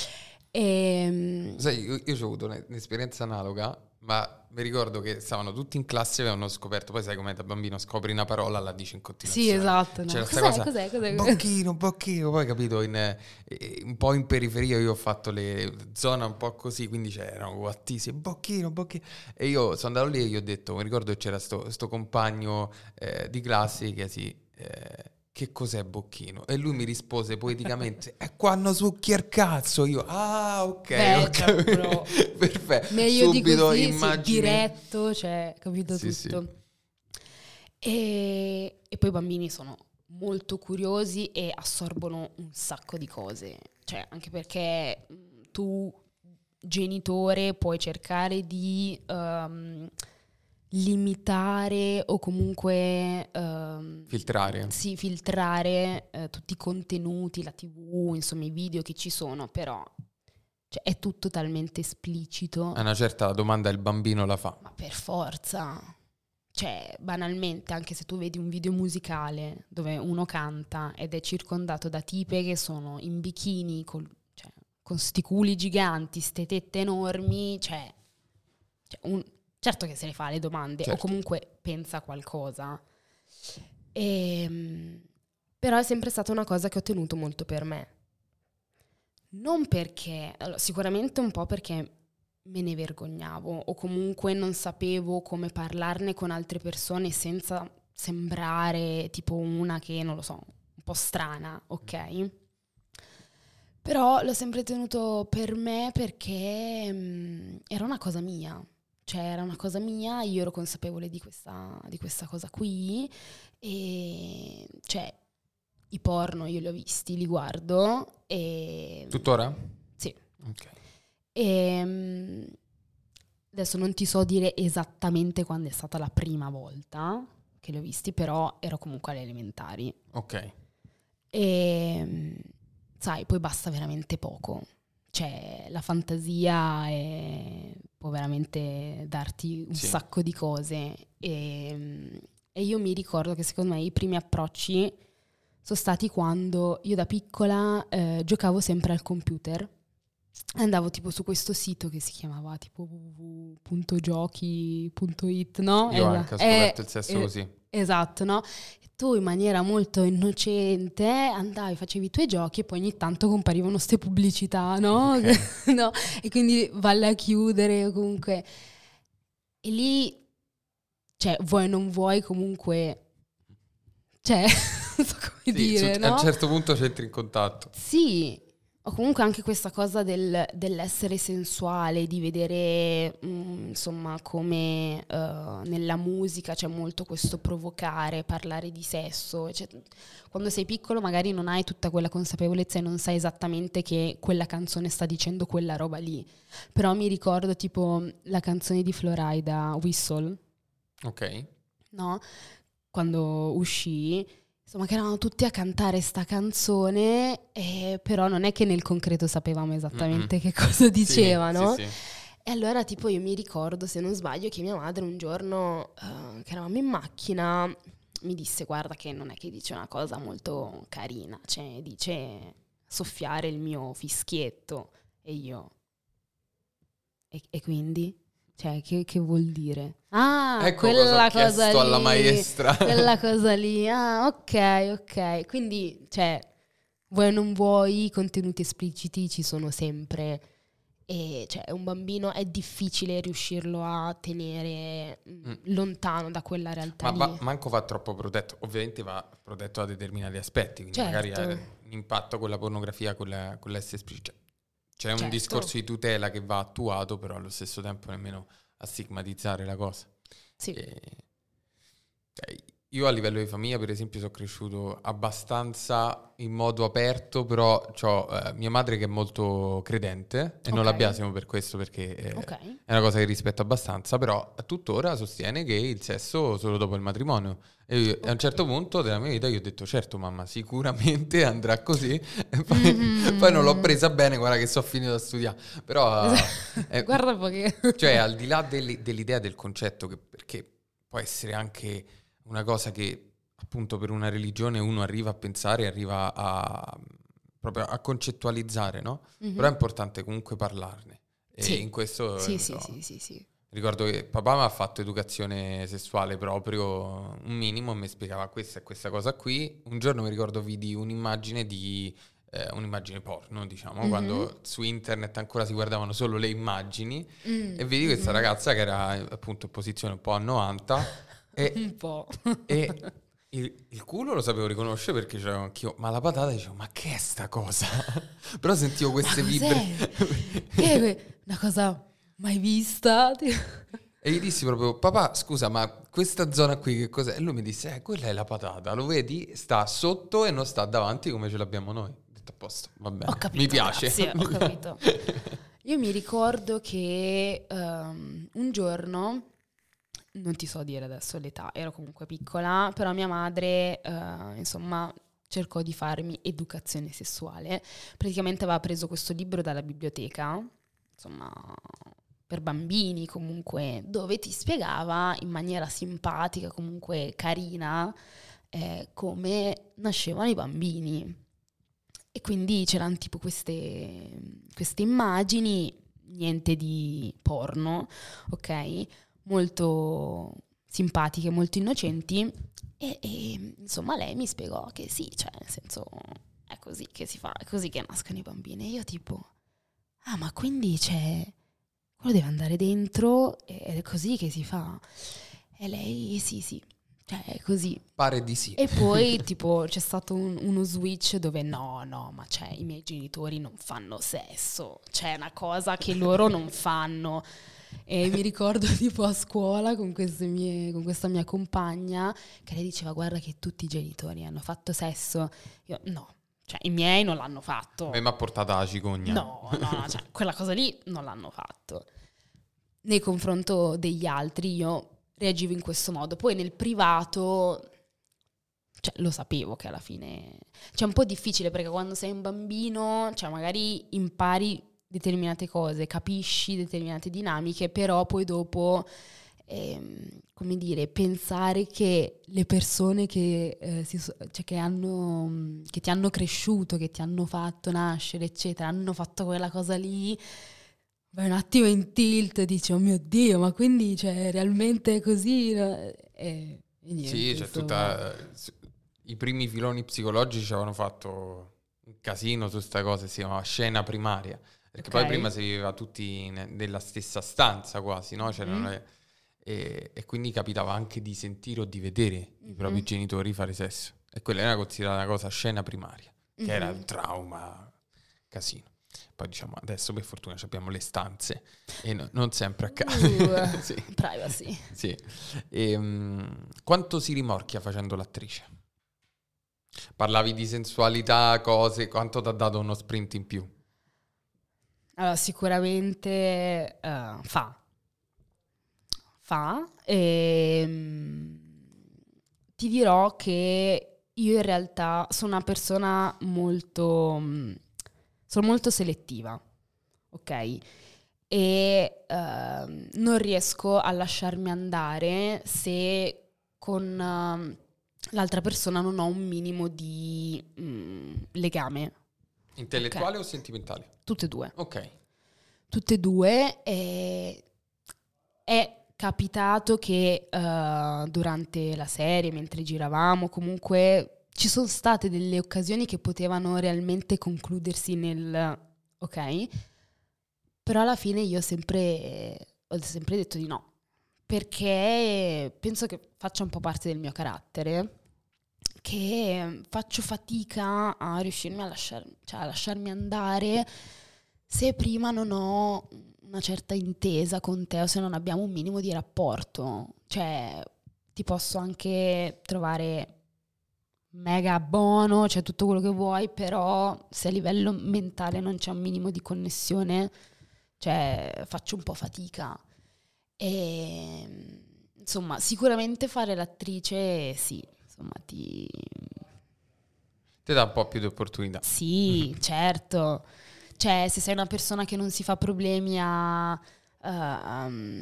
E, Sai, io, io ho avuto un'esperienza analoga, ma mi ricordo che stavano tutti in classe e avevano scoperto, poi sai com'è da bambino, scopri una parola, la dici in continuazione. sì, esatto. No. C'era Cos'è, questa cosa, cos'è, cos'è? bocchino, bocchino, poi capito, in, eh, un po' in periferia io ho fatto le zone un po' così, quindi c'erano guattissimi, bocchino, bocchino, e io sono andato lì e gli ho detto, mi ricordo che c'era sto, sto compagno eh, di classe che si... Eh, che cos'è bocchino? E lui mi rispose poeticamente, è quando succhi il cazzo. Io, ah, ok, Beh, ok. però, Perfetto. meglio Subito di così, immagini. sì, diretto, cioè, capito Sì, tutto. Sì. E, e poi i bambini sono molto curiosi e assorbono un sacco di cose. Cioè, anche perché tu, genitore, puoi cercare di... Um, limitare o comunque um, filtrare sì, filtrare uh, tutti i contenuti, la tivù, insomma i video che ci sono, però cioè, è tutto talmente esplicito. A una certa domanda il bambino la fa. Ma per forza, cioè banalmente anche se tu vedi un video musicale dove uno canta ed è circondato da tipe che sono in bikini col, cioè, con sti culi giganti, ste tette enormi, cioè, cioè un certo che se ne fa le domande, certo. O comunque pensa qualcosa. E, però è sempre stata una cosa che ho tenuto molto per me. Non perché, allora, sicuramente un po' perché me ne vergognavo o comunque non sapevo come parlarne con altre persone senza sembrare tipo una che, non lo so, un po' strana, ok? Però l'ho sempre tenuto per me perché mh, era una cosa mia. Cioè era una cosa mia, io ero consapevole di questa, di questa cosa qui e cioè i porno io li ho visti, li guardo e... Tuttora? Sì. Ok. E adesso non ti so dire esattamente quando è stata la prima volta che li ho visti, però ero comunque alle elementari. Ok. E sai, poi basta veramente poco. Cioè la fantasia è, può veramente darti un sì. sacco di cose e, e io mi ricordo che secondo me i primi approcci sono stati quando io da piccola eh, giocavo sempre al computer, andavo tipo su questo sito che si chiamava tipo w w w punto giochi punto it, no? Io Esa- anche ho scoperto eh, il sesso eh, così. Esatto, no? Tu in maniera molto innocente andavi, facevi i tuoi giochi e poi ogni tanto comparivano ste pubblicità, no? Okay. No? E quindi valle a chiudere o comunque... E lì, cioè, vuoi o non vuoi comunque... Cioè, non so come sì, dire, su, no? A un certo punto c'entri in contatto. Sì, o comunque anche questa cosa del, dell'essere sensuale, di vedere mh, insomma come uh, nella musica c'è molto questo provocare, parlare di sesso. Cioè, quando sei piccolo magari non hai tutta quella consapevolezza e non sai esattamente che quella canzone sta dicendo quella roba lì. Però mi ricordo tipo la canzone di Florida, Whistle. Ok. No? Quando uscì... Insomma, che erano tutti a cantare sta canzone, eh, però non è che nel concreto sapevamo esattamente Mm-mm. che cosa dicevano. Sì, sì, sì. E allora, tipo, io mi ricordo, se non sbaglio, che mia madre un giorno, uh, che eravamo in macchina, mi disse, guarda che non è che dice una cosa molto carina, cioè dice soffiare il mio fischietto. E io... E, e quindi... Cioè, che, che vuol dire? Ah, ecco quella cosa, cosa lì. alla maestra. Quella cosa lì. Ah, ok, ok. Quindi, cioè, vuoi o non vuoi, i contenuti espliciti ci sono sempre. E, cioè, un bambino è difficile riuscirlo a tenere mm. lontano da quella realtà Ma lì. va, manco va troppo protetto. Ovviamente va protetto da determinati aspetti. Quindi certo. magari ha un impatto con la pornografia, con, la, con l'essere esplicito. C'è un certo. discorso di tutela che va attuato, però allo stesso tempo nemmeno a stigmatizzare la cosa. Sì. E, cioè, io a livello di famiglia, per esempio, sono cresciuto abbastanza in modo aperto, però ho eh, mia madre che è molto credente e non la Ok. biasimo per questo perché è, Ok. è una cosa che rispetto abbastanza, però tuttora sostiene che il sesso solo dopo il matrimonio. E io- a un certo punto della mia vita io ho detto, certo mamma, sicuramente andrà così, e poi, Mhm. poi non l'ho presa bene, guarda che so finito da studiare, però eh, Guarda un po' che... cioè al di là delle- dell'idea del concetto, che, perché può essere anche una cosa che appunto per una religione uno arriva a pensare, arriva a proprio a concettualizzare, no? Mhm. Però è importante comunque parlarne. E Sì. in questo Sì, eh, sì, no, sì, sì, sì. ricordo che papà mi ha fatto educazione sessuale proprio un minimo e mi spiegava questa e questa cosa qui. Un giorno mi ricordo vidi un'immagine di eh, un'immagine porno, diciamo, Mhm. quando su internet ancora si guardavano solo le immagini Mm, e vedi questa mhm. ragazza che era eh, appunto in posizione un po' a novanta e, Un po'. e il, il culo lo sapevo riconoscere perché c'avevo anch'io, ma la patata dicevo, ma che è sta cosa? Però sentivo queste Ma vibre. cos'è? Che è que- una cosa mai vista? E gli dissi proprio, papà, scusa, ma questa zona qui che cos'è? E lui mi disse, eh, quella è la patata, lo vedi? Sta sotto e non sta davanti come ce l'abbiamo noi. Ho detto, a posto, va bene, Ho capito, mi piace. grazie, ho capito. Io mi ricordo che ehm, un giorno, non ti so dire adesso l'età, ero comunque piccola, però mia madre, eh, insomma, cercò di farmi educazione sessuale. Praticamente aveva preso questo libro dalla biblioteca, insomma, per bambini comunque, dove ti spiegava in maniera simpatica, comunque carina, eh, come nascevano i bambini. E quindi c'erano tipo queste, queste immagini, niente di porno, ok? Molto simpatiche, molto innocenti. E, e, insomma lei mi spiegò che sì, cioè nel senso è così che si fa, è così che nascono i bambini. E io tipo, ah ma quindi c'è, quello deve andare dentro ed è così che si fa. E lei sì sì, cioè è così. Pare di sì. E poi tipo c'è stato un- uno switch dove no, no, ma cioè i miei genitori non fanno sesso, c'è una cosa che loro non fanno. E mi ricordo tipo a scuola con, queste mie, con questa mia compagna che lei diceva guarda che tutti i genitori hanno fatto sesso. Io no, cioè i miei non l'hanno fatto. A me mi ha portato la cicogna. No, no, no, cioè quella cosa lì non l'hanno fatto. Nei confronto degli altri io reagivo in questo modo. Poi nel privato, cioè, lo sapevo che alla fine... Cioè, è un po' difficile perché quando sei un bambino, cioè, magari impari determinate cose, capisci determinate dinamiche, però poi dopo, ehm, come dire, pensare che le persone che, eh, si so- cioè, che, hanno, che ti hanno cresciuto, che ti hanno fatto nascere, eccetera, hanno fatto quella cosa lì, vai un attimo in tilt e dici, oh mio Dio, ma quindi, cioè, realmente è così? No? E, e niente, Sì, c'è insomma. tutta... I primi filoni psicologici ci avevano fatto un casino su sta cosa, si chiamava scena primaria. Perché Ok. poi prima si viveva tutti in- nella stessa stanza quasi, no? C'erano Mhm. le- e, e quindi capitava anche di sentire o di vedere i propri Mhm. genitori fare sesso. E quella era considerata una cosa scena primaria, che era Mhm. un trauma, casino. Poi diciamo, adesso per fortuna abbiamo le stanze e no- non sempre accade. Uh, Sì. privacy. Sì. Ehm, quanto si rimorchia facendo l'attrice? Parlavi di sensualità, cose, quanto ti ha dato uno sprint in più? Allora, sicuramente eh, fa. Fa. E, ti dirò che io in realtà sono una persona molto... mm, sono molto selettiva, ok? E ehm, non riesco a lasciarmi andare se con ehm, l'altra persona non ho un minimo di mm, legame. Intellettuale o sentimentale? Tutte e due. Ok. Tutte e due. E è capitato che eh, durante la serie, mentre giravamo, comunque ci sono state delle occasioni che potevano realmente concludersi nel ok, però alla fine io ho sempre, ho sempre detto di no, perché penso che faccia un po' parte del mio carattere, che faccio fatica a riuscirmi a, lasciar, cioè a lasciarmi andare se prima non ho una certa intesa con te o se non abbiamo un minimo di rapporto. Cioè, ti posso anche trovare mega buono, cioè tutto quello che vuoi, però se a livello mentale non c'è un minimo di connessione, cioè faccio un po' fatica. E insomma, sicuramente fare l'attrice, sì, insomma, ti... ti dà un po' più di opportunità. Sì, certo. Cioè, se sei una persona che non si fa problemi a, uh, um,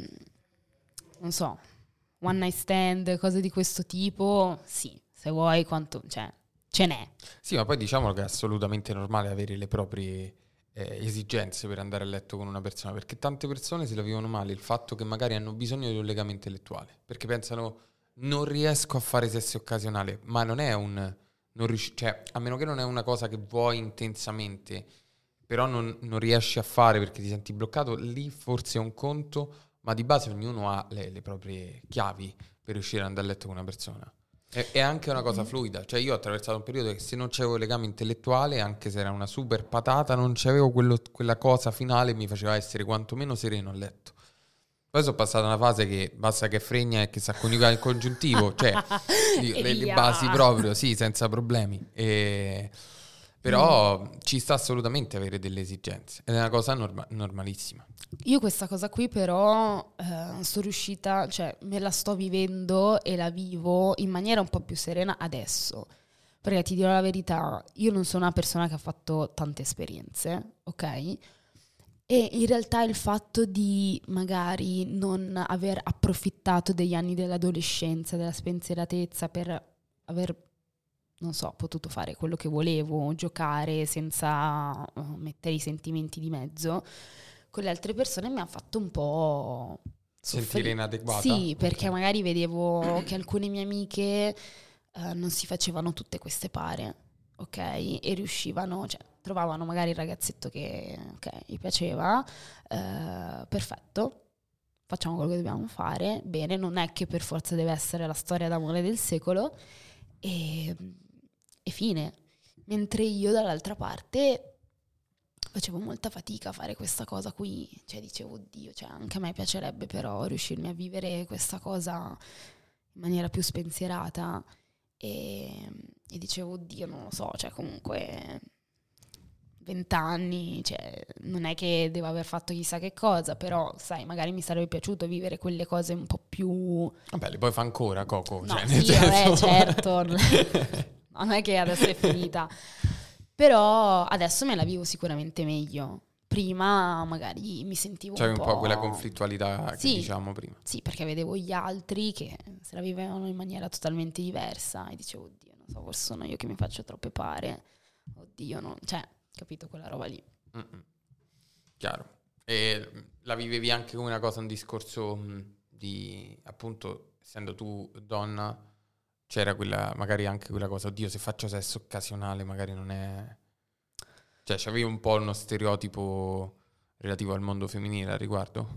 non so, one night stand, cose di questo tipo, sì, se vuoi, quanto, cioè, ce n'è. Sì, ma poi diciamolo che è assolutamente normale avere le proprie eh, esigenze per andare a letto con una persona, perché tante persone se la vivono male il fatto che magari hanno bisogno di un legame intellettuale, perché pensano non riesco a fare sesso occasionale, ma non è un... Non riusci- cioè, a meno che non è una cosa che vuoi intensamente, però non, non riesci a fare perché ti senti bloccato, lì forse è un conto, ma di base ognuno ha le, le proprie chiavi per riuscire ad andare a letto con una persona. È, è anche una cosa fluida, cioè io ho attraversato un periodo che se non c'avevo legame intellettuale, anche se era una super patata, non c'avevo quello, quella cosa finale che mi faceva essere quantomeno sereno a letto. Poi sono passata una fase che basta che fregna e che sa coniugare il congiuntivo, cioè le, le basi proprio, sì, senza problemi. E... Però mm. ci sta assolutamente avere delle esigenze ed è una cosa norma- normalissima. Io questa cosa qui però eh, sono riuscita, cioè me la sto vivendo e la vivo in maniera un po' più serena adesso. Perché ti dirò la verità, io non sono una persona che ha fatto tante esperienze, ok? E in realtà il fatto di magari non aver approfittato degli anni dell'adolescenza, della spensieratezza per aver, non so, potuto fare quello che volevo, giocare senza uh, mettere i sentimenti di mezzo, con le altre persone mi ha fatto un po' soffrire. Sentire inadeguata? Sì, perché okay. Magari vedevo che alcune mie amiche uh, non si facevano tutte queste pare, ok? E riuscivano, cioè trovavano magari il ragazzetto che okay, gli piaceva, uh, perfetto, facciamo quello che dobbiamo fare, bene, non è che per forza deve essere la storia d'amore del secolo, e, e fine. Mentre io dall'altra parte facevo molta fatica a fare questa cosa qui, cioè dicevo oddio, cioè anche a me piacerebbe però riuscirmi a vivere questa cosa in maniera più spensierata e, e dicevo oddio, non lo so, cioè comunque vent'anni, cioè non è che devo aver fatto chissà che cosa, però sai, magari mi sarebbe piaciuto vivere quelle cose un po' più... Vabbè, le poi fa ancora Coco, no, cioè, sì, nel senso... eh, certo, non è che adesso è finita, però adesso me la vivo sicuramente meglio. Prima magari mi sentivo C'è un, un po'... po' quella conflittualità che sì, diciamo prima. Sì, perché vedevo gli altri che se la vivevano in maniera totalmente diversa e dicevo oddio, non so, forse sono io che mi faccio troppe pare, oddio, no, cioè... Capito quella roba lì. Mm-mm. Chiaro. E la vivevi anche come una cosa, un discorso mh, di, appunto, essendo tu donna, c'era quella, magari anche quella cosa, oddio, se faccio sesso occasionale magari non è... Cioè, c'avevi un po' uno stereotipo relativo al mondo femminile al riguardo?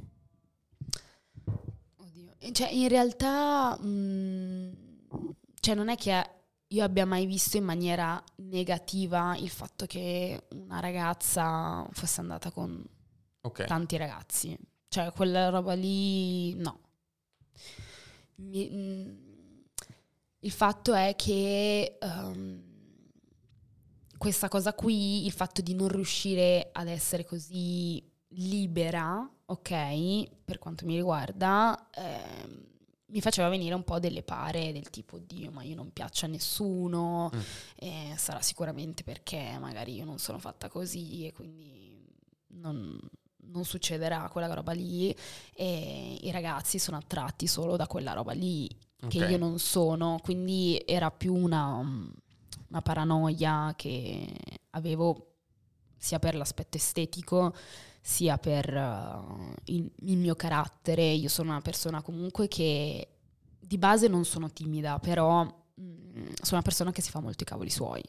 Oddio. Cioè, in realtà, mh, cioè non è che... io abbia mai visto in maniera negativa il fatto che una ragazza fosse andata con okay. tanti ragazzi. Cioè, quella roba lì, no. Mi, mh, il fatto è che um, questa cosa qui, il fatto di non riuscire ad essere così libera, ok, per quanto mi riguarda... Ehm, mi faceva venire un po' delle pare del tipo oddio, ma io non piaccio a nessuno, mm. e sarà sicuramente perché magari io non sono fatta così e quindi non, non succederà quella roba lì e i ragazzi sono attratti solo da quella roba lì che okay. io non sono, quindi era più una, una paranoia che avevo sia per l'aspetto estetico sia per uh, il, il mio carattere. Io sono una persona comunque che di base non sono timida, però mh, sono una persona che si fa molto i cavoli suoi.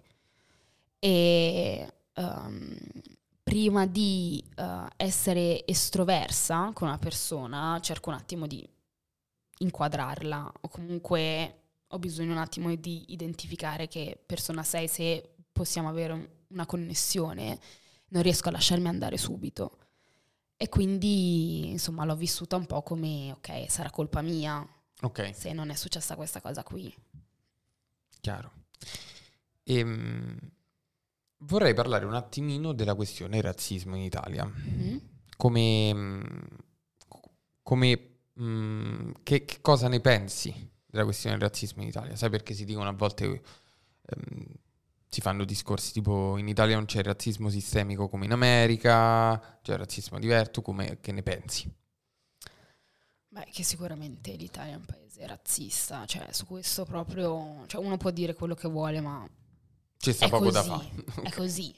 E um, prima di uh, essere estroversa con una persona cerco un attimo di inquadrarla o comunque ho bisogno un attimo di identificare che persona sei, se possiamo avere un, una connessione. Non riesco a lasciarmi andare subito. E quindi, insomma, l'ho vissuta un po' come, ok, sarà colpa mia. Ok. se non è successa questa cosa qui. Chiaro. Ehm, vorrei parlare un attimino della questione razzismo in Italia. Mm? Come, mh, come mh, che, che cosa ne pensi della questione del razzismo in Italia? Sai perché si dicono a volte, ehm, si fanno discorsi tipo in Italia non c'è il razzismo sistemico come in America, c'è il razzismo diverso, come, che ne pensi? Beh, che sicuramente l'Italia è un paese razzista, cioè su questo proprio, cioè uno può dire quello che vuole, ma C'è sta è poco da così, fare. è così.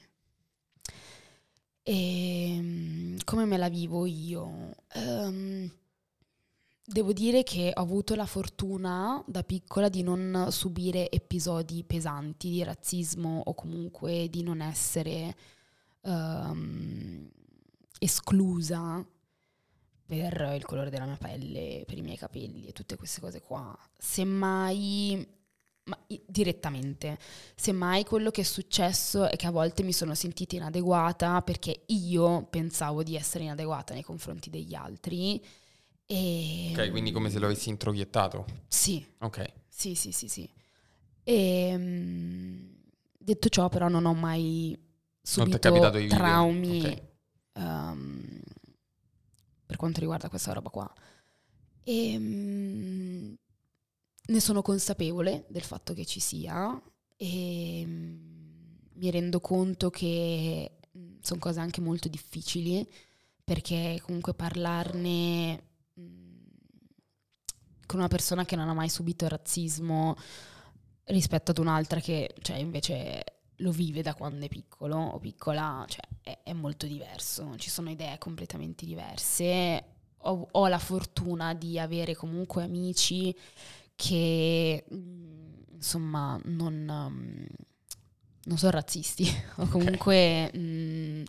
E come me la vivo io? Ehm, devo dire che ho avuto la fortuna da piccola di non subire episodi pesanti di razzismo o comunque di non essere ehm, esclusa per il colore della mia pelle, per i miei capelli e tutte queste cose qua. Semmai, ma i- direttamente, semmai quello che è successo è che a volte mi sono sentita inadeguata perché io pensavo di essere inadeguata nei confronti degli altri. E, Ok, quindi come se lo avessi introiettato. sì, Ok. sì, sì, sì, sì. E, mm, detto ciò, però, non ho mai Non ti è capitato subito di vivere? traumi Ok. ehm, per quanto riguarda questa roba qua. E mm, ne sono consapevole del fatto che ci sia e mm, mi rendo conto che sono cose anche molto difficili perché comunque parlarne mm, con una persona che non ha mai subito razzismo rispetto ad un'altra che cioè, invece lo vive da quando è piccolo o piccola, cioè, è, è molto diverso, ci sono idee completamente diverse. Ho, ho la fortuna di avere comunque amici che mh, insomma non, um, non sono razzisti o comunque mh,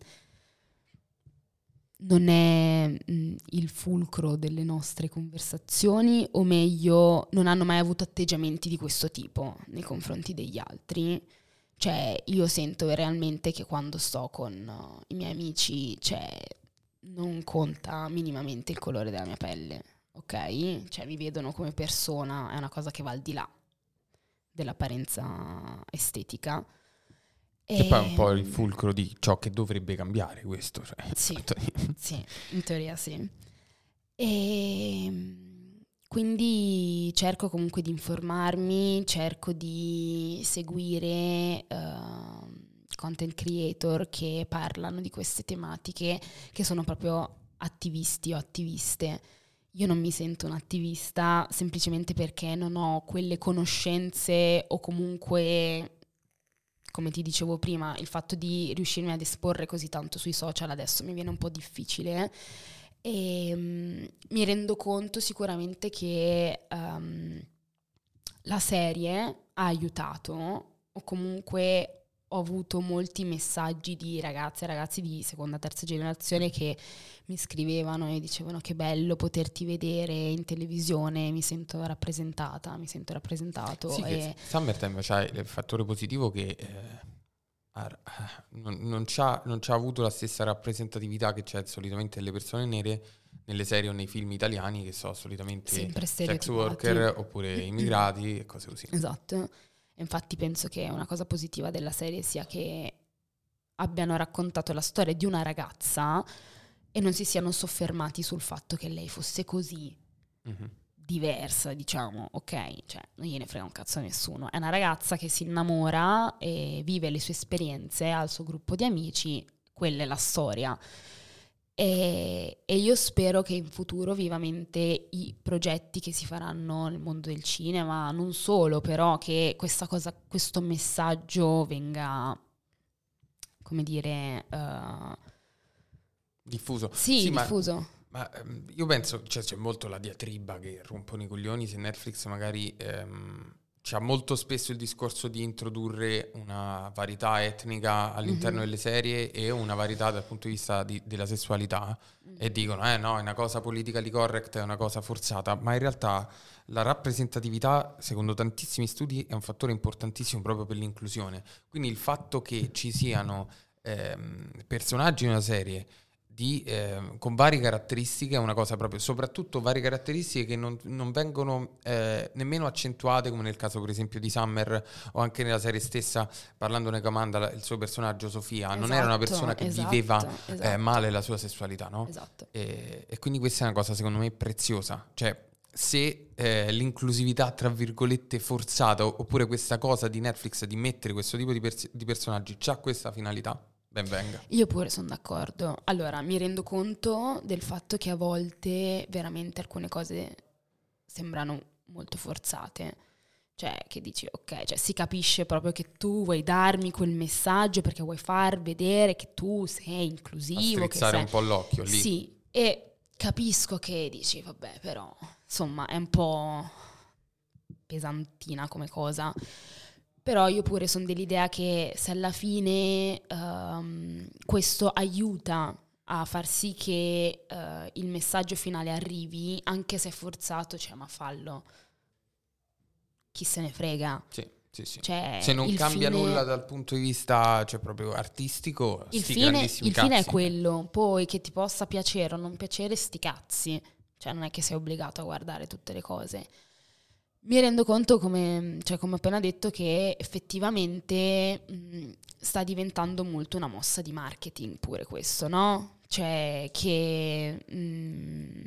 non è mh, il fulcro delle nostre conversazioni, o meglio, non hanno mai avuto atteggiamenti di questo tipo nei confronti degli altri. Cioè, io sento realmente che quando sto con uh, i miei amici, cioè, non conta minimamente il colore della mia pelle, ok? Cioè, mi vedono come persona, è una cosa che va al di là dell'apparenza estetica. Che poi è un po' il E, fulcro di ciò che dovrebbe cambiare questo. Cioè, il sì, fatto di- sì, in teoria sì. E quindi cerco comunque di informarmi, cerco di seguire ehm, content creator che parlano di queste tematiche, che sono proprio attivisti o attiviste. Io non mi sento un'attivista semplicemente perché non ho quelle conoscenze o comunque, come ti dicevo prima, il fatto di riuscirmi ad esporre così tanto sui social adesso mi viene un po' difficile. E mm, mi rendo conto sicuramente che um, la serie ha aiutato o comunque ho avuto molti messaggi di ragazze e ragazzi di seconda, terza generazione che mi scrivevano e dicevano che bello poterti vedere in televisione, mi sento rappresentata, mi sento rappresentato. Sì, che E Summertime c'ha il fattore positivo che eh, ha- non, non c'ha, non c'ha avuto la stessa rappresentatività che c'è solitamente nelle persone nere nelle serie o nei film italiani, che sono solitamente sempre sex stereotipati. worker oppure immigrati e cose così. Esatto. E infatti penso che una cosa positiva della serie sia che abbiano raccontato la storia di una ragazza e non si siano soffermati sul fatto che lei fosse così Mhm. diversa, diciamo, ok? Cioè, non gliene frega un cazzo a nessuno. È una ragazza che si innamora e vive le sue esperienze, ha il suo gruppo di amici, quella è la storia. E, e io spero che in futuro vivamente i progetti che si faranno nel mondo del cinema, non solo, però che questa cosa, questo messaggio venga, come dire, eh, Diffuso. sì, Sì, ma, diffuso. ma, ehm, io penso, cioè, c'è molto la diatriba che rompono i coglioni se Netflix magari ehm, c'ha molto spesso il discorso di introdurre una varietà etnica all'interno Mhm. delle serie e una varietà dal punto di vista di- della sessualità e dicono, eh no, è una cosa politically correct, è una cosa forzata, ma in realtà la rappresentatività, secondo tantissimi studi, è un fattore importantissimo proprio per l'inclusione. Quindi il fatto che ci siano ehm, personaggi in una serie di, eh, con varie caratteristiche, è una cosa proprio, soprattutto varie caratteristiche che non, non vengono eh, nemmeno accentuate, come nel caso per esempio di Summer o anche nella serie stessa, parlandone Comanda, il suo personaggio Sofia, esatto, non era una persona che esatto, viveva esatto. eh, male la sua sessualità, no? Esatto. E, e quindi questa è una cosa secondo me preziosa, cioè se eh, l'inclusività tra virgolette forzata oppure questa cosa di Netflix di mettere questo tipo di, pers- di personaggi c'ha questa finalità, ben venga. Io pure sono d'accordo. Allora, mi rendo conto del fatto che a volte veramente alcune cose sembrano molto forzate. Cioè, che dici, ok, cioè si capisce proprio che tu vuoi darmi quel messaggio perché vuoi far vedere che tu sei inclusivo. A strizzare che sei... un po' l'occhio lì. Sì, e capisco che dici, vabbè, però, insomma, è un po' pesantina come cosa. Però io pure sono dell'idea che se alla fine um, questo aiuta a far sì che uh, il messaggio finale arrivi, anche se è forzato, cioè, ma fallo. Chi se ne frega. Sì, sì, sì. Cioè, se non cambia fine... nulla dal punto di vista, cioè, proprio artistico, il sti fine, grandissimi il fine è cazzi. quello. Poi che ti possa piacere o non piacere, sti cazzi. Cioè, non è che sei obbligato a guardare tutte le cose. Mi rendo conto, come, cioè, come ho appena detto, che effettivamente mh, sta diventando molto una mossa di marketing pure questo, no? Cioè che mh,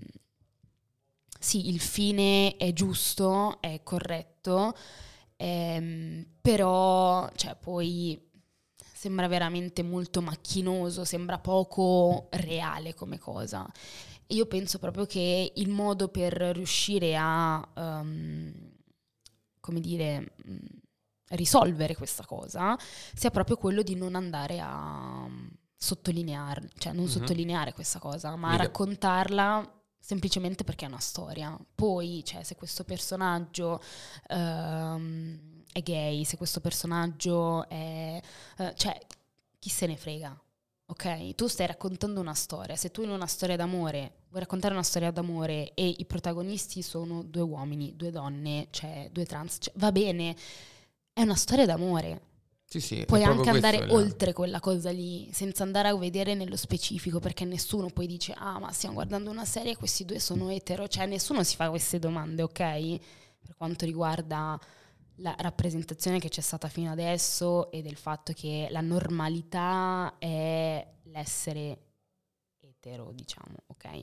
sì, il fine è giusto, è corretto, ehm, però cioè, poi sembra veramente molto macchinoso, sembra poco reale come cosa. Io penso proprio che il modo per riuscire a, um, come dire, mh, risolvere questa cosa sia proprio quello di non andare a sottolineare, cioè non mm-hmm. sottolineare questa cosa, ma a raccontarla semplicemente perché è una storia. Poi, cioè, se questo personaggio um, è gay, se questo personaggio è... Uh, cioè, chi se ne frega? Ok, tu stai raccontando una storia. Se tu in una storia d'amore vuoi raccontare una storia d'amore e i protagonisti sono due uomini, due donne, cioè due trans, cioè, va bene, è una storia d'amore. Sì, sì, puoi anche andare il... oltre quella cosa lì, senza andare a vedere nello specifico, perché nessuno poi dice ah, ma stiamo guardando una serie e questi due sono etero, cioè nessuno si fa queste domande, ok? Per quanto riguarda la rappresentazione che c'è stata fino adesso e del fatto che la normalità è l'essere etero, diciamo, ok?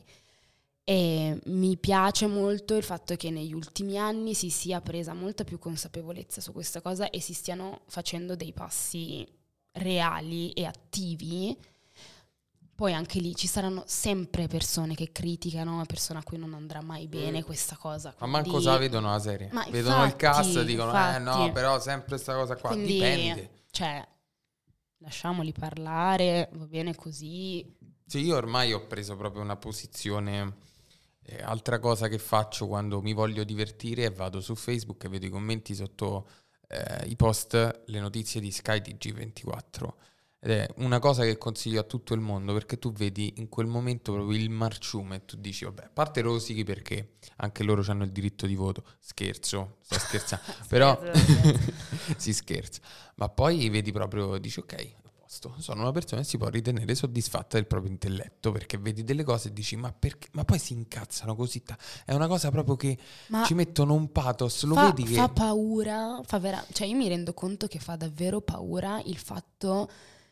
E mi piace molto il fatto che negli ultimi anni si sia presa molta più consapevolezza su questa cosa e si stiano facendo dei passi reali e attivi. Poi anche lì ci saranno sempre persone che criticano, persone a cui non andrà mai bene questa cosa. Quindi... Ma manco sa vedono la serie. Ma vedono infatti, il cast e dicono infatti. eh no, però sempre questa cosa qua. Quindi, dipende. Cioè, lasciamoli parlare, va bene così. Sì, io ormai ho preso proprio una posizione. Eh, altra cosa che faccio quando mi voglio divertire è vado su Facebook e vedo i commenti sotto eh, i post, le notizie di Sky T G ventiquattro. Ed è una cosa che consiglio a tutto il mondo, perché tu vedi in quel momento proprio il marciume e tu dici, vabbè, a parte rosichi perché anche loro hanno il diritto di voto. Scherzo, sto scherzando. Però si scherza. Ma poi vedi proprio, dici, ok, sono una persona che si può ritenere soddisfatta del proprio intelletto, perché vedi delle cose e dici, ma perché? Ma poi si incazzano così. Ta- è una cosa proprio che ma ci mettono un pathos, lo fa, vedi che... Fa paura, fa vera- cioè io mi rendo conto che fa davvero paura il fatto...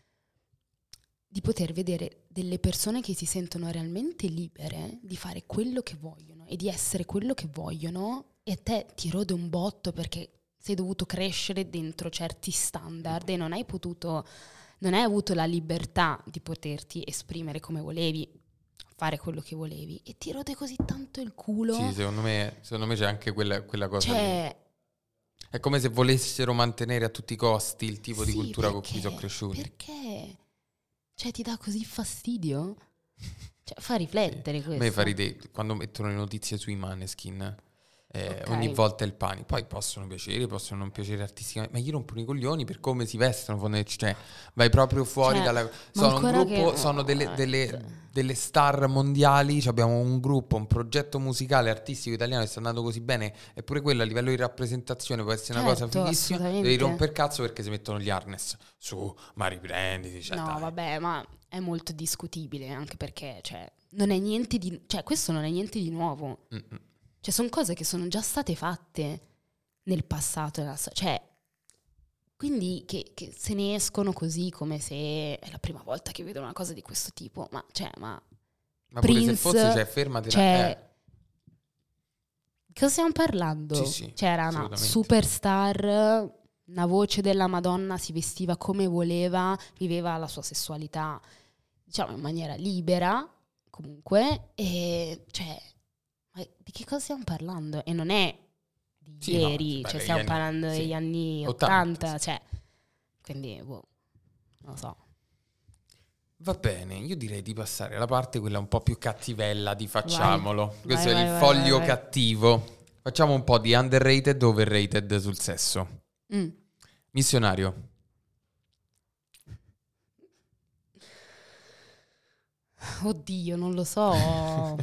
di poter vedere delle persone che si sentono realmente libere di fare quello che vogliono e di essere quello che vogliono, e a te ti rode un botto perché sei dovuto crescere dentro certi standard e non hai potuto, non hai avuto la libertà di poterti esprimere come volevi, fare quello che volevi, e ti rode così tanto il culo. Sì, secondo me, secondo me c'è anche quella, quella cosa cioè, lì. È come se volessero mantenere a tutti i costi il tipo sì, di cultura perché, con cui sono cresciuti. Perché? Cioè, ti dà così fastidio? Cioè, fa riflettere sì. questo. A me fa ridere quando mettono le notizie sui Maneskin. eh, Okay. ogni volta il pane. Poi possono piacere, possono non piacere artisticamente, ma gli rompono i coglioni per come si vestono, fondamentalmente. Cioè vai proprio fuori Cioè, dalla... ma Sono un ancora gruppo, che sono no, delle, veramente. delle, delle star mondiali, cioè abbiamo un gruppo, un progetto musicale, artistico italiano che sta andando così bene, eppure quello a livello di rappresentazione può essere una cosa Certo, fighissima, devi assolutamente. romper cazzo perché si mettono gli harness. Su, ma riprenditi, cioè No, dai. vabbè, ma è molto discutibile anche perché, cioè, non è niente di... Cioè, questo non è niente di nuovo. Mm-mm. Cioè, sono cose che sono già state fatte nel passato. nella sto- Cioè, quindi che, che se ne escono così come se è la prima volta che vedo una cosa di questo tipo. Ma, cioè, ma... Ma pure se Prince, fosse, cioè fermatela. cioè... Eh. Cosa stiamo parlando? Sì, sì, C'era una assolutamente. superstar, una voce della Madonna, si vestiva come voleva, viveva la sua sessualità, diciamo, in maniera libera, comunque, e cioè, ma di che cosa stiamo parlando? E non è di Sì, no, ieri, si parla cioè degli stiamo anni- parlando sì, degli anni ottanta, ottanta, sì. cioè, quindi, boh, non lo so. Va bene, io direi di passare alla parte quella un po' più cattivella di facciamolo. Vai, Questo vai, è il vai, foglio vai, vai. cattivo. Facciamo un po' di underrated e overrated sul sesso. Mm. Missionario. Oddio, non lo so.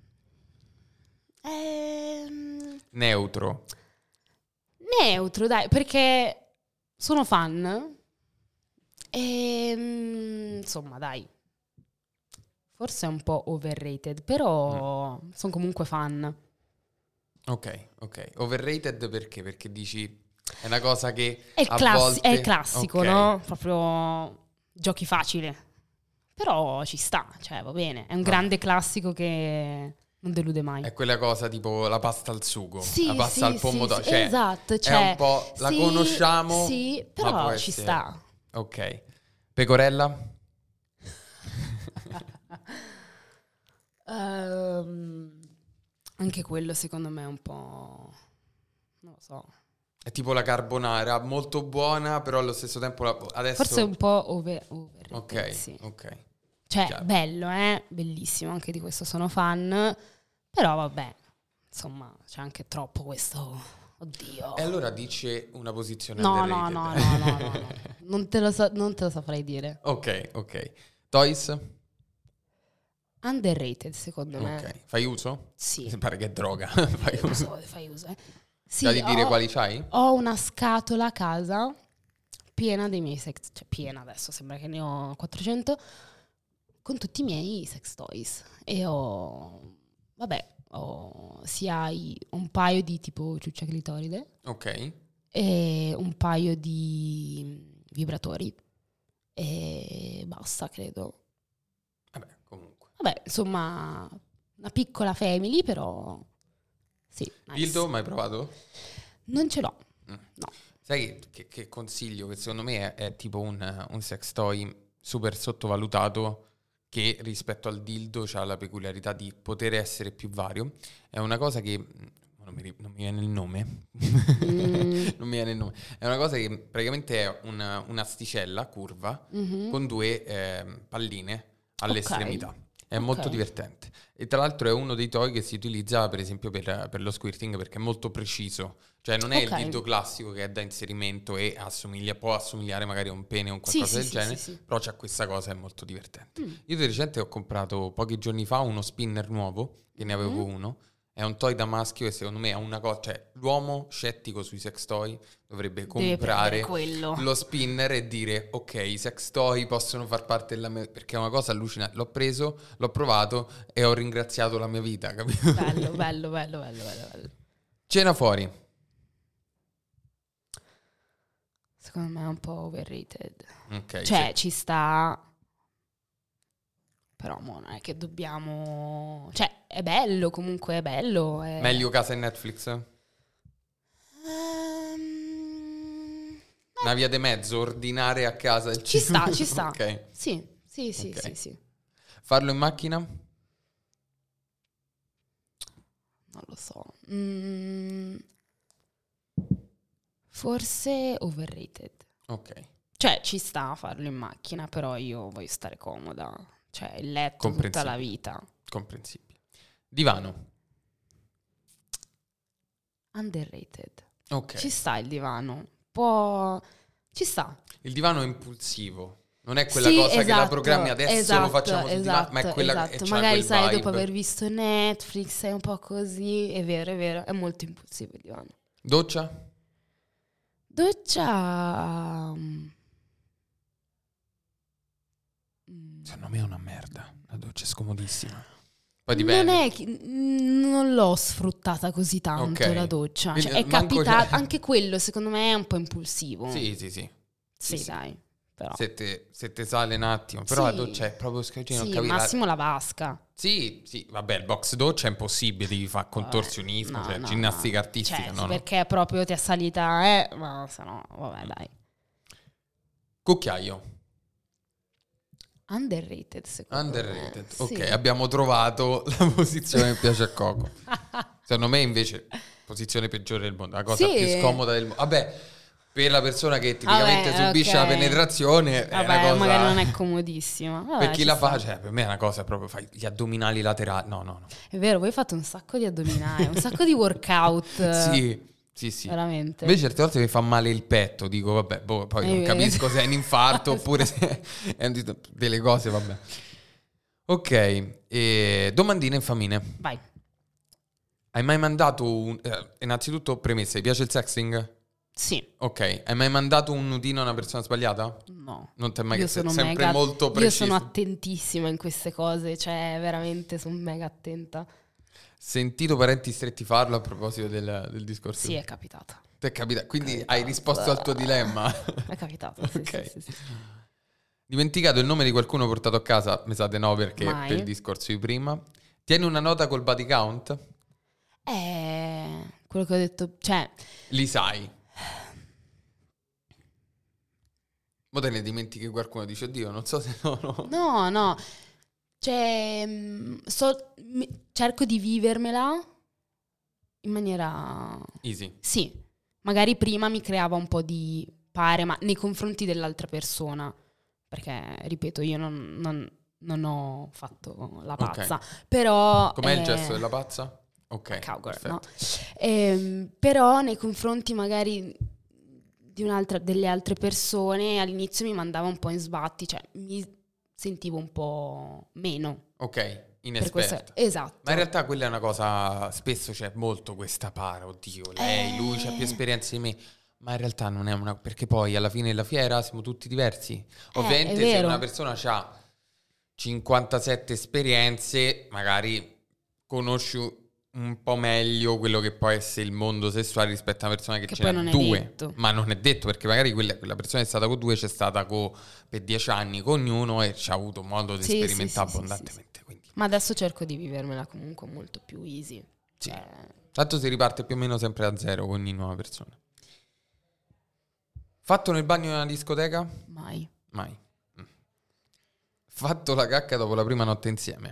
Ehm... Neutro. Neutro, dai, perché sono fan e mm, insomma, dai, forse è un po' overrated, però sono comunque fan. Ok, ok. Overrated perché? Perché dici è una cosa che È il, a classi- volte... è il classico, Ok. no? Proprio giochi facile. Però ci sta, cioè va bene. È un Ah. grande classico che non delude mai. È quella cosa tipo la pasta al sugo, Sì, la pasta sì, al sì, pomodoro, sì, cioè esatto, è cioè, un po'... la sì, conosciamo, sì, ma può però ci essere... sta. Ok. Pecorella? Ehm, anche quello secondo me è un po'... non lo so. È tipo la carbonara, molto buona, però allo stesso tempo la- adesso... Forse un po' over, overrated, Ok, sì. ok. Cioè, Chiaro. bello, eh? Bellissimo, anche di questo sono fan. Però vabbè, insomma, c'è anche troppo questo... Oddio. E allora dice una posizione No, no, underrated. no, no, no, no, no. Non te lo so- non te lo saprei dire. Ok, ok. Toys? Underrated, secondo me. Ok. Fai uso? Sì. Mi pare che è droga. Fai Lo uso. so, fai uso, eh. Sì, Già di dire ho- quali c'hai? Ho una scatola a casa piena dei miei sex, cioè piena adesso, sembra che ne ho quattrocento, con tutti i miei sex toys. E ho, vabbè, ho sia i- un paio di tipo ciuccia clitoride Ok. e un paio di vibratori. E basta, credo. Vabbè, comunque. Vabbè, insomma, una piccola family, però sì, nice. Dildo, mai provato? Non ce l'ho, Mm. no. Sai che, che- che consiglio? Che secondo me è, è tipo un, un sex toy super sottovalutato che rispetto al dildo ha la peculiarità di poter essere più vario. È una cosa che... Non mi, ri- non mi viene il nome. Mm. Non mi viene il nome. È una cosa che praticamente è una, un'asticella curva Mhm. con due ehm, palline all'estremità. È Ok. molto divertente. E tra l'altro è uno dei toy che si utilizza per esempio per, per lo squirting perché è molto preciso. Cioè non è il Ok. dildo classico che è da inserimento e assomiglia, può assomigliare magari a un pene o un Sì, qualcosa sì, del sì, genere, sì, sì. però c'è questa cosa, è molto divertente. Mm. Io di recente ho comprato pochi giorni fa uno spinner nuovo, che ne avevo Mhm. uno. È un toy da maschio e secondo me è una cosa, cioè l'uomo scettico sui sex toy dovrebbe Deve comprare prendere quello. lo spinner e dire ok, i sex toy possono far parte della mia... perché è una cosa allucinante. L'ho preso, l'ho provato e ho ringraziato la mia vita, capito? Bello, bello, bello, bello, bello, bello. Cena fuori. Secondo me è un po' overrated. Ok, Cioè, sì. ci sta... Però mo, non è che dobbiamo... Cioè, è bello, comunque è bello. È... Meglio casa e Netflix? Ehm, Una via di mezzo, ordinare a casa il Ci cibo. sta, ci sta. Ok. Sì, sì, sì, Ok. sì, sì. Farlo in macchina? Non lo so. Mm, forse overrated. Ok. Cioè, ci sta a farlo in macchina, però io voglio stare comoda. Cioè, il letto tutta la Comprensibile. vita. Comprensibile. Divano. underrated. Ok. Ci sta il divano. Può... Ci sta. Il divano è impulsivo. Non è quella Sì, cosa esatto, che la programmi adesso esatto, lo facciamo sul divano, esatto, ma è quella esatto. che c'ha Magari quel sai, vibe. dopo aver visto Netflix, sei un po' così. È vero, è vero. È molto impulsivo il divano. Doccia? Doccia... mm, Secondo me è una merda. La doccia è scomodissima. Poi dipende. Non è che- non l'ho sfruttata così tanto Ok. la doccia. Quindi Cioè, è manco capitato, c'è- anche quello secondo me è un po' impulsivo. Sì, sì, sì. Sì, sì, sì. dai. Però. Se te, se te sale un attimo. Però Sì. la doccia è proprio scaccino. Sì, non massimo la vasca. Sì, sì, vabbè, il box doccia è impossibile, devi fare contorsionismo, No, cioè no, ginnastica no. artistica, Cioè, no, sì, no. perché proprio ti è salita, eh, ma se no, vabbè, dai. Cucchiaio, Underrated, secondo underrated. me. Ok, Sì. abbiamo trovato la posizione che piace a Coco. Secondo me invece posizione peggiore del mondo, la cosa Sì. più scomoda del mondo. Vabbè, per la persona che tipicamente Vabbè, subisce ok. la penetrazione è Vabbè, una cosa... magari non è comodissima. Vabbè, Per chi ci la sta. fa, cioè, per me è una cosa proprio, fai gli addominali laterali. No, no, no. È vero, voi fate un sacco di addominali, un sacco di workout. Sì, sì, sì. Veramente. Invece certe volte mi fa male il petto, dico vabbè, boh, poi Eh, non eh. capisco se è un infarto oppure se è un di- delle cose, vabbè. Ok, e domandine infamine. Vai. Hai mai mandato un... eh, innanzitutto premessa, ti piace il sexting? Sì. Ok, hai mai mandato un nudino a una persona sbagliata? No. Non ti è mai Io sei sono sempre mega, molto io preciso. sono attentissima in queste cose, cioè veramente sono mega attenta. Sentito parenti stretti farlo a proposito del, del discorso? Sì, è capitato. Ti è capitato? Quindi Capitato. hai risposto al tuo dilemma? È capitato, sì, Ok. sì, sì, sì. Dimenticato il nome di qualcuno portato a casa? Mi sa di no, perché Mai. per il discorso di prima. Tieni una nota col body count? È quello che ho detto, cioè, Li sai. Mo te ne dimentichi qualcuno, dice oddio, non so se no, no. no, no, cioè, mh, so- mi- cerco di vivermela in maniera, Easy. sì, magari prima mi creava un po' di pare, ma nei confronti dell'altra persona, perché, ripeto, io non, non- non ho fatto la pazza, però... Com'è il eh, gesto della pazza? Ok, cowgirl, perfetto. no? Ehm, però nei confronti magari di un'altra, delle altre persone all'inizio mi mandava un po' in sbatti, cioè mi sentivo un po' meno. Ok, Per questo, inesperto. esatto. Ma in realtà quella è una cosa, spesso c'è molto questa para, oddio, lei, Eh. lui c'ha più esperienza di me. Ma in realtà non è una... Perché poi alla fine della fiera siamo tutti diversi. Ovviamente è se vero. una persona ha cinquantasette esperienze, magari conosci un po' meglio quello che può essere il mondo sessuale rispetto a una persona che, Che ce poi n'ha non è due. detto. Ma non è detto, perché magari quella, quella persona è stata con due, c'è stata co- per dieci anni con ognuno e ci ha avuto modo di Sì, sì, sperimentare sì, sì, abbondantemente. Quindi, Ma adesso cerco di vivermela comunque molto più easy. sì. Cioè, Tanto si riparte più o meno sempre da zero con ogni nuova persona. Fatto nel bagno di una discoteca? mai. Mai. Mm. Fatto la cacca dopo la prima notte insieme?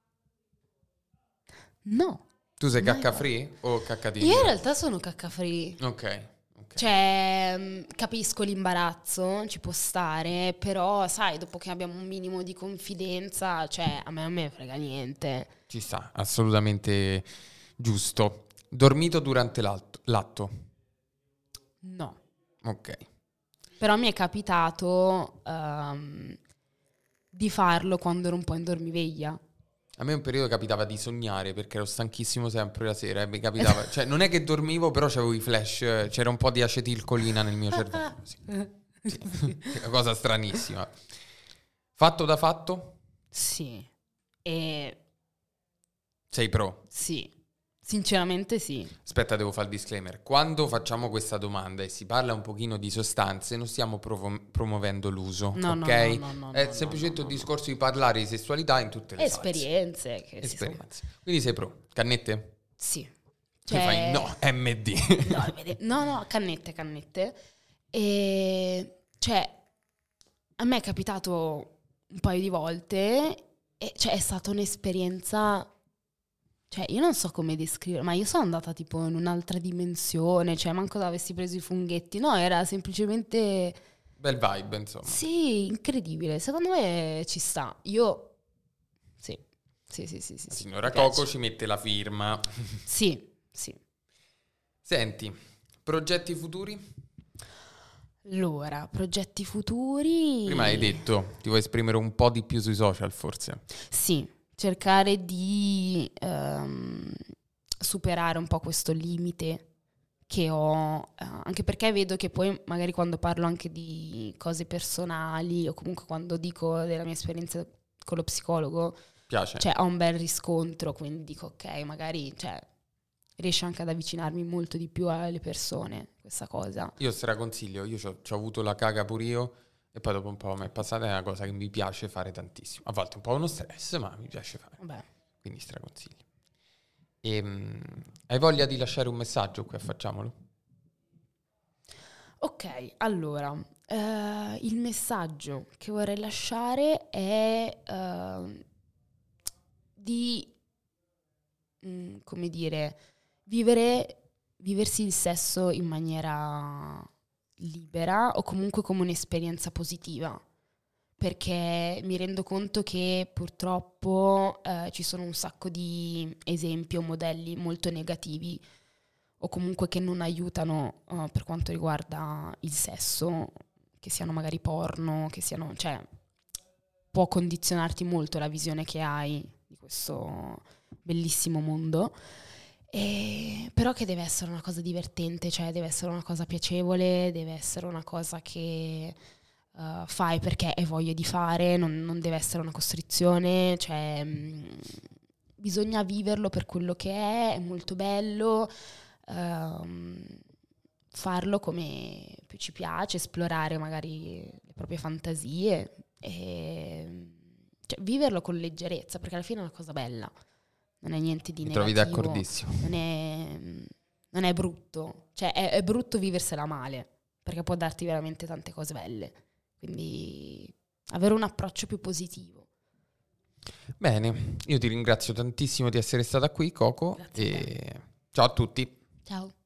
No. Tu sei Mai. cacca free o cacca Io in realtà sono cacca free. Ok. ok. Cioè, mh, capisco l'imbarazzo, ci può stare, però sai, dopo che abbiamo un minimo di confidenza, cioè, a me non me ne frega niente. Ci sta, assolutamente giusto. Dormito durante l'atto? l'atto. No. Ok. Però mi è capitato ehm, di farlo quando ero un po' in dormiveglia. A me un periodo capitava di sognare perché ero stanchissimo sempre la sera e mi capitava, cioè non è che dormivo, però c'avevo i flash, c'era un po' di acetilcolina nel mio cervello. Sì. Sì. Una cosa stranissima. Fatto da fatto? Sì. E Sei pro. sì, sinceramente sì. Aspetta, devo fare il disclaimer. Quando facciamo questa domanda e si parla un pochino di sostanze, non stiamo provo- promuovendo l'uso, No, no, ok? no, no, no, È no, semplicemente no, no, un no. discorso di parlare di sessualità in tutte le fasi. Esperienze che si sono Esperienze. Quindi sei pro. Cannette? Sì. Tu fai no, M D. No, vede- no, no, cannette, cannette. E cioè, a me è capitato un paio di volte e cioè è stata un'esperienza, cioè io non so come descrivere, ma io sono andata tipo in un'altra dimensione, cioè manco da avessi preso i funghetti, no, era semplicemente, Bel vibe, insomma. sì, incredibile, secondo me ci sta, io, sì, sì, sì, sì, sì, La sì, signora mi piace. Coco ci mette la firma. Sì, sì. Senti, progetti futuri? Allora, progetti futuri... Prima hai detto, ti vuoi esprimere un po' di più sui social forse? Sì, cercare di ehm, superare un po' questo limite che ho, eh, anche perché vedo che poi magari quando parlo anche di cose personali o comunque quando dico della mia esperienza con lo psicologo, Piace? cioè ho un bel riscontro, quindi dico ok, magari cioè, riesce anche ad avvicinarmi molto di più alle persone questa cosa. Io straconsiglio, io ci ho avuto la caga pure io e poi dopo un po' mi è passata, è una cosa che mi piace fare tantissimo. A volte un po' uno stress, ma mi piace fare. Vabbè. Quindi straconsiglio. E, hai voglia di lasciare un messaggio qui a Facciamolo? Ok, allora, eh, il messaggio che vorrei lasciare è eh, di, mh, come dire, vivere, viversi il sesso in maniera libera o comunque come un'esperienza positiva. Perché mi rendo conto che purtroppo eh, ci sono un sacco di esempi o modelli molto negativi o comunque che non aiutano uh, per quanto riguarda il sesso, che siano magari porno, che siano, cioè può condizionarti molto la visione che hai di questo bellissimo mondo. E, però che deve essere una cosa divertente, cioè deve essere una cosa piacevole, deve essere una cosa che Uh, fai perché hai voglia di fare, non, non deve essere una costrizione, cioè mh, bisogna viverlo per quello che è, è molto bello, uh, farlo come più ci piace, esplorare magari le proprie fantasie e cioè, viverlo con leggerezza, perché alla fine è una cosa bella, non è niente di Mi negativo, trovi d'accordissimo. non è, non è brutto, cioè è, è brutto viversela male, perché può darti veramente tante cose belle. Quindi avere un approccio più positivo. Bene, io ti ringrazio tantissimo di essere stata qui, Coco, Grazie a te. e ciao a tutti. Ciao.